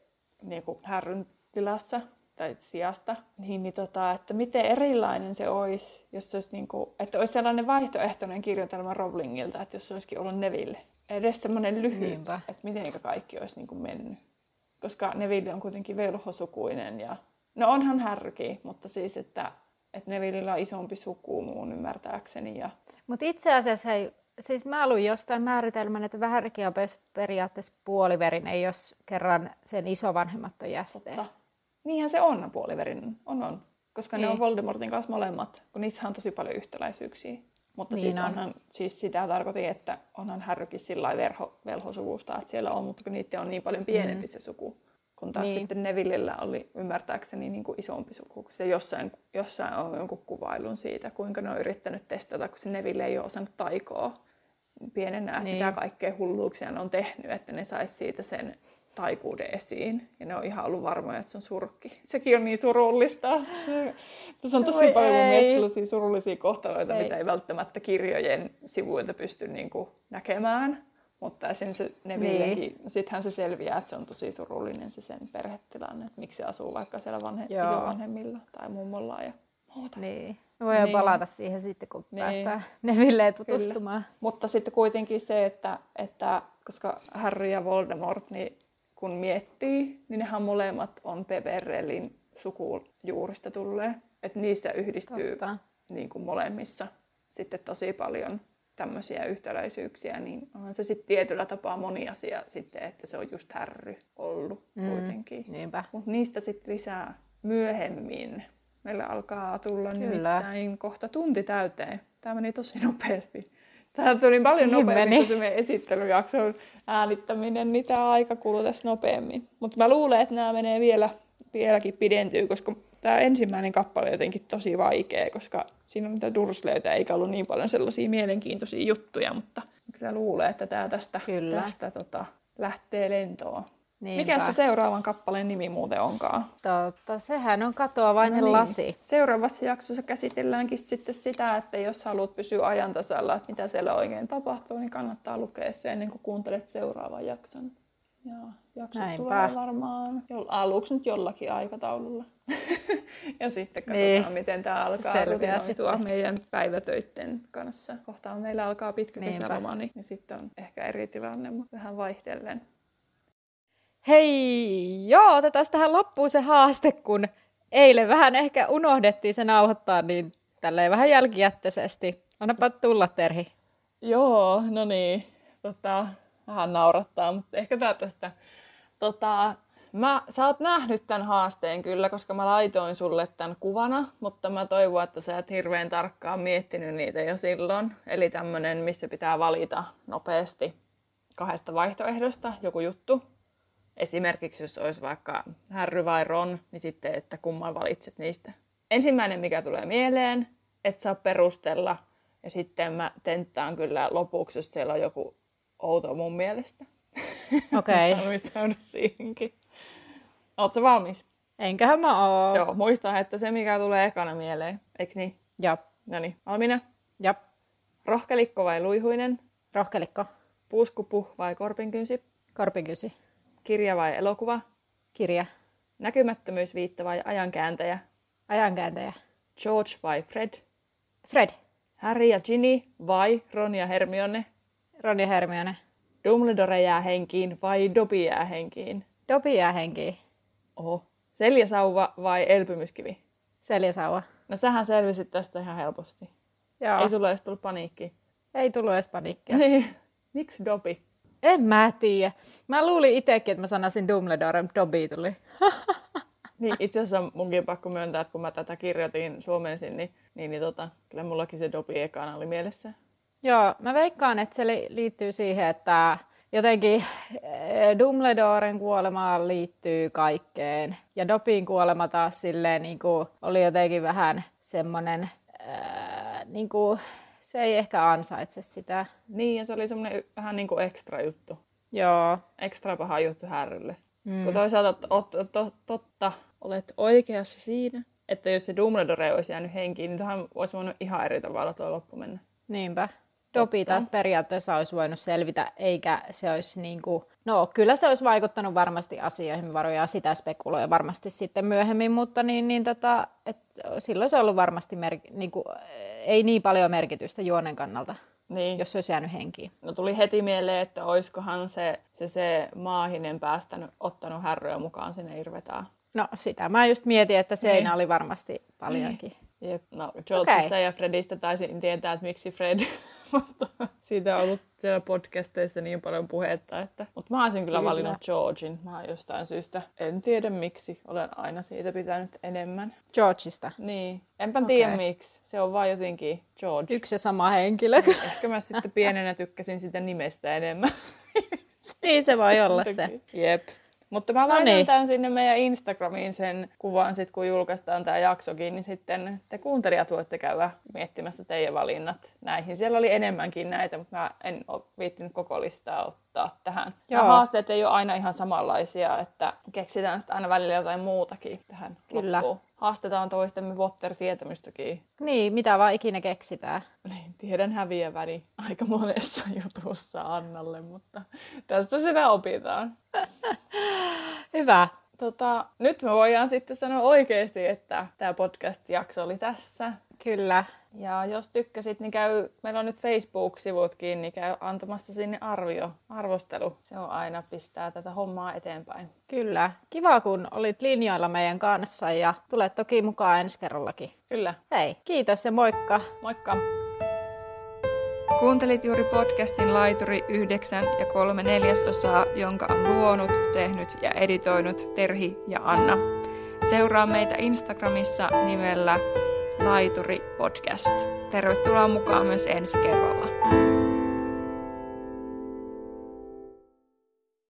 Harryn tilassa tai sijasta, että miten erilainen se olisi, jos se olisi että olisi sellainen vaihtoehtoinen kirjoitelma Rowlingilta, että jos se olisikin ollut Neville. Edes semmoinen lyhyt, että miten kaikki olisi mennyt. Koska Neville on kuitenkin velhosukuinen ja no onhan Harrykin, mutta siis, että Nevillellä on isompi suku muun ymmärtääkseni. Mutta itse asiassa siis mä luin jostain määritelmän, että Harrykin on periaatteessa puoliverinen, jos kerran sen isovanhemmat on jästeen. Niinhän se on puoliverinen, on. Koska ne on Voldemortin kanssa molemmat, kun niissä on tosi paljon yhtäläisyyksiä. Mutta niin siis sitä tarkoitin, että onhan Harrykin sillain velhosuvusta, että siellä on, mutta kun niitä on niin paljon pienempi se suku. Kun taas sitten Nevillellä oli ymmärtääkseni niin kuin isompi suku, kun se jossain on jonkun kuvailun siitä, kuinka ne on yrittänyt testata, kun se Neville ei ole osannut taikoa pienenä, mitä kaikkea hulluuksia ne on tehnyt, että ne saisi siitä sen taikuuden esiin. Ja ne on ihan ollut varmoja, että se on surkki. Sekin on niin surullista. Tässä on tosi paljon mun mielestä tällaisia surullisia kohtaloita, mitä ei välttämättä kirjojen sivuilta pysty näkemään. Mutta esimerkiksi se Nevillekin, sittenhän se selviää, että se on tosi surullinen se sen perhetilanne. Että miksi se asuu vaikka siellä isovanhemmilla tai mummolla ja muuta. Niin. Me voidaan palata siihen sitten, kun päästään Nevilleen tutustumaan. Kyllä. Mutta sitten kuitenkin se, että koska Harry ja Voldemort, niin kun miettii, niin nehän molemmat on Peverellin sukujuurista tulleen. Että niistä yhdistyy niin kuin molemmissa sitten tosi paljon tämmöisiä yhtäläisyyksiä, niin onhan se sitten tietyllä tapaa moni asia sitten, että se on just Harry ollut kuitenkin. Mutta niistä sitten lisää myöhemmin. Meillä alkaa tulla nimittäin kohta tunti täyteen. Tämä meni tosi nopeasti. Tämä tuli paljon nopeammin kuin se meidän esittelyjakson äänittäminen, niin tämä aika kuluu tässä nopeammin. Mutta mä luulen, että nämä menee vieläkin pidentyy, koska tämä ensimmäinen kappale on jotenkin tosi vaikea, koska siinä on niitä Dursleytä eikä ollut niin paljon sellaisia mielenkiintoisia juttuja, mutta kyllä luulen, että tämä tästä lähtee lentoon. Niinpä. Mikä se seuraavan kappaleen nimi muuten onkaan? Sehän on Katoavainen lasi. Seuraavassa jaksossa käsitelläänkin sitten sitä, että jos haluat pysyä ajan tasalla, että mitä siellä oikein tapahtuu, niin kannattaa lukea se ennen kuin kuuntelet seuraavan jakson. Ja jaksot tulee varmaan aluksi nyt jollakin aikataululla. Ja sitten katsotaan, miten tämä alkaa rutinoitua meidän päivätöitten kanssa. Kohtaan meillä alkaa pitkä kesäloma, niin sitten on ehkä eri tilanne, mutta vähän vaihtellen. Hei, joo, otetaan tähän loppuun se haaste, kun eilen vähän ehkä unohdettiin se nauhoittaa, niin tälleen vähän jälkijättöisesti. Annapa tulla, Terhi. Joo, no niin. Vähän naurattaa, mutta ehkä tää tästä. Sä oot nähnyt tämän haasteen kyllä, koska mä laitoin sulle tämän kuvana, mutta mä toivon, että sä et hirveän tarkkaan miettinyt niitä jo silloin. Eli tämmönen, missä pitää valita nopeasti 2 vaihtoehdosta joku juttu. Esimerkiksi jos olisi vaikka Harry vai Ron, niin sitten, että kumman valitset niistä. Ensimmäinen, mikä tulee mieleen, et saa perustella. Ja sitten mä tenttaan kyllä lopuksi, jos teillä on joku outo mun mielestä. Okei. Valmistaudu siihenkin. Ootko valmis? Enköhän mä oo. Joo, muista, että se mikä tulee ekana mieleen. Eiks niin? Jop. Noniin, valmiina? Jop. Rohkelikko vai luihuinen? Rohkelikko. Puuskupuh vai korpinkynsi? Korpinkynsi. Kirja vai elokuva? Kirja. Näkymättömyysviitta vai ajankääntäjä? Ajankääntäjä. George vai Fred? Fred. Harry ja Ginny vai Ron ja Hermione? Ron ja Hermione. Dumbledore jää henkiin vai Dobby jää henkiin? Dobby jää henkiin. Oho. Seljäsauva vai elpymyskivi? Seljäsauva. No sähän selvisit tästä ihan helposti. Joo. Ei sulla edes tullut paniikki. Ei tullut edes paniikkia. Niin. Miksi Dobby? En mä tiedä. Mä luulin itsekin, että mä sanoisin Dumbledore, mutta Dobby tuli. Niin, itse asiassa munkin pakko myöntää, että kun mä tätä kirjoitin suomensin, niin kyllä mullakin se Dobby ekana oli mielessä. Joo, mä veikkaan, että se liittyy siihen, että jotenkin Dumbledoren kuolema liittyy kaikkeen. Ja Dobbyn kuolema taas silleen niin kuin oli jotenkin vähän semmoinen, niin kuin, se ei ehkä ansaitse sitä. Niin, ja se oli semmoinen vähän niin kuin ekstra juttu. Joo. Ekstra paha juttu Harrylle. Kun toisaalta totta, olet oikeassa siinä, että jos se Dumbledore olisi jäänyt henkiin, niin tähän olisi voinut ihan eri tavalla tuo loppu mennä. Niinpä. Dobby taas periaatteessa olisi voinut selvitä, eikä se olisi niinku... No, kyllä se olisi vaikuttanut varmasti asioihin, varoja sitä spekuloja varmasti sitten myöhemmin, mutta silloin se on ollut varmasti ei niin paljon merkitystä juonen kannalta, niin. Jos se olisi jäänyt henkiin. No tuli heti mieleen, että olisikohan se maahinen ottanut Harryä mukaan sinne Irvetaan. No sitä mä just mietin, että seinä oli varmasti paljonkin. Jep. No Georgesta ja Fredistä taisin tietää, että miksi Fred, mutta siitä on ollut siellä podcasteissa niin paljon puhetta, että... Mutta mä olisin kyllä valinnut Georgin. Mä jostain syystä, en tiedä miksi, olen aina siitä pitänyt enemmän. Georgista? Niin, enpä tiedä miksi. Se on vaan jotenkin George. Yksi ja sama henkilö. Ehkä mä sitten pienenä tykkäsin sitä nimestä enemmän. Niin se voi olla se. Jep. Mutta mä laitan tämän sinne meidän Instagramiin sen kuvan, sit kun julkaistaan tämä jaksokin, niin sitten te kuuntelijat voitte käydä miettimässä teidän valinnat näihin. Siellä oli enemmänkin näitä, mutta mä en ole viittinyt koko listaa ottaa tähän. Joo. Nämä haasteet ei ole aina ihan samanlaisia, että keksitään sitten aina välillä jotain muutakin tähän loppuun. Haastetaan toistemme Potter-tietämystäkin. Niin, mitä vaan ikinä keksitään. Niin, tiedän häviäväni aika monessa jutussa Annalle, mutta tässä sitä opitaan. Hyvä. Nyt me voidaan sitten sanoa oikeasti, että tämä podcast-jakso oli tässä. Kyllä. Ja jos tykkäsit, niin meillä on nyt Facebook-sivutkin, niin käy antamassa sinne arvostelu. Se on aina pistää tätä hommaa eteenpäin. Kyllä. Kiva, kun olit linjoilla meidän kanssa ja tulet toki mukaan ensi kerrallakin. Kyllä. Hei, kiitos ja moikka. Moikka. Kuuntelit juuri podcastin Laituri 9 ja 3/4, jonka on luonut, tehnyt ja editoinut Terhi ja Anna. Seuraa meitä Instagramissa nimellä Laituri Podcast. Tervetuloa mukaan myös ensi kerralla.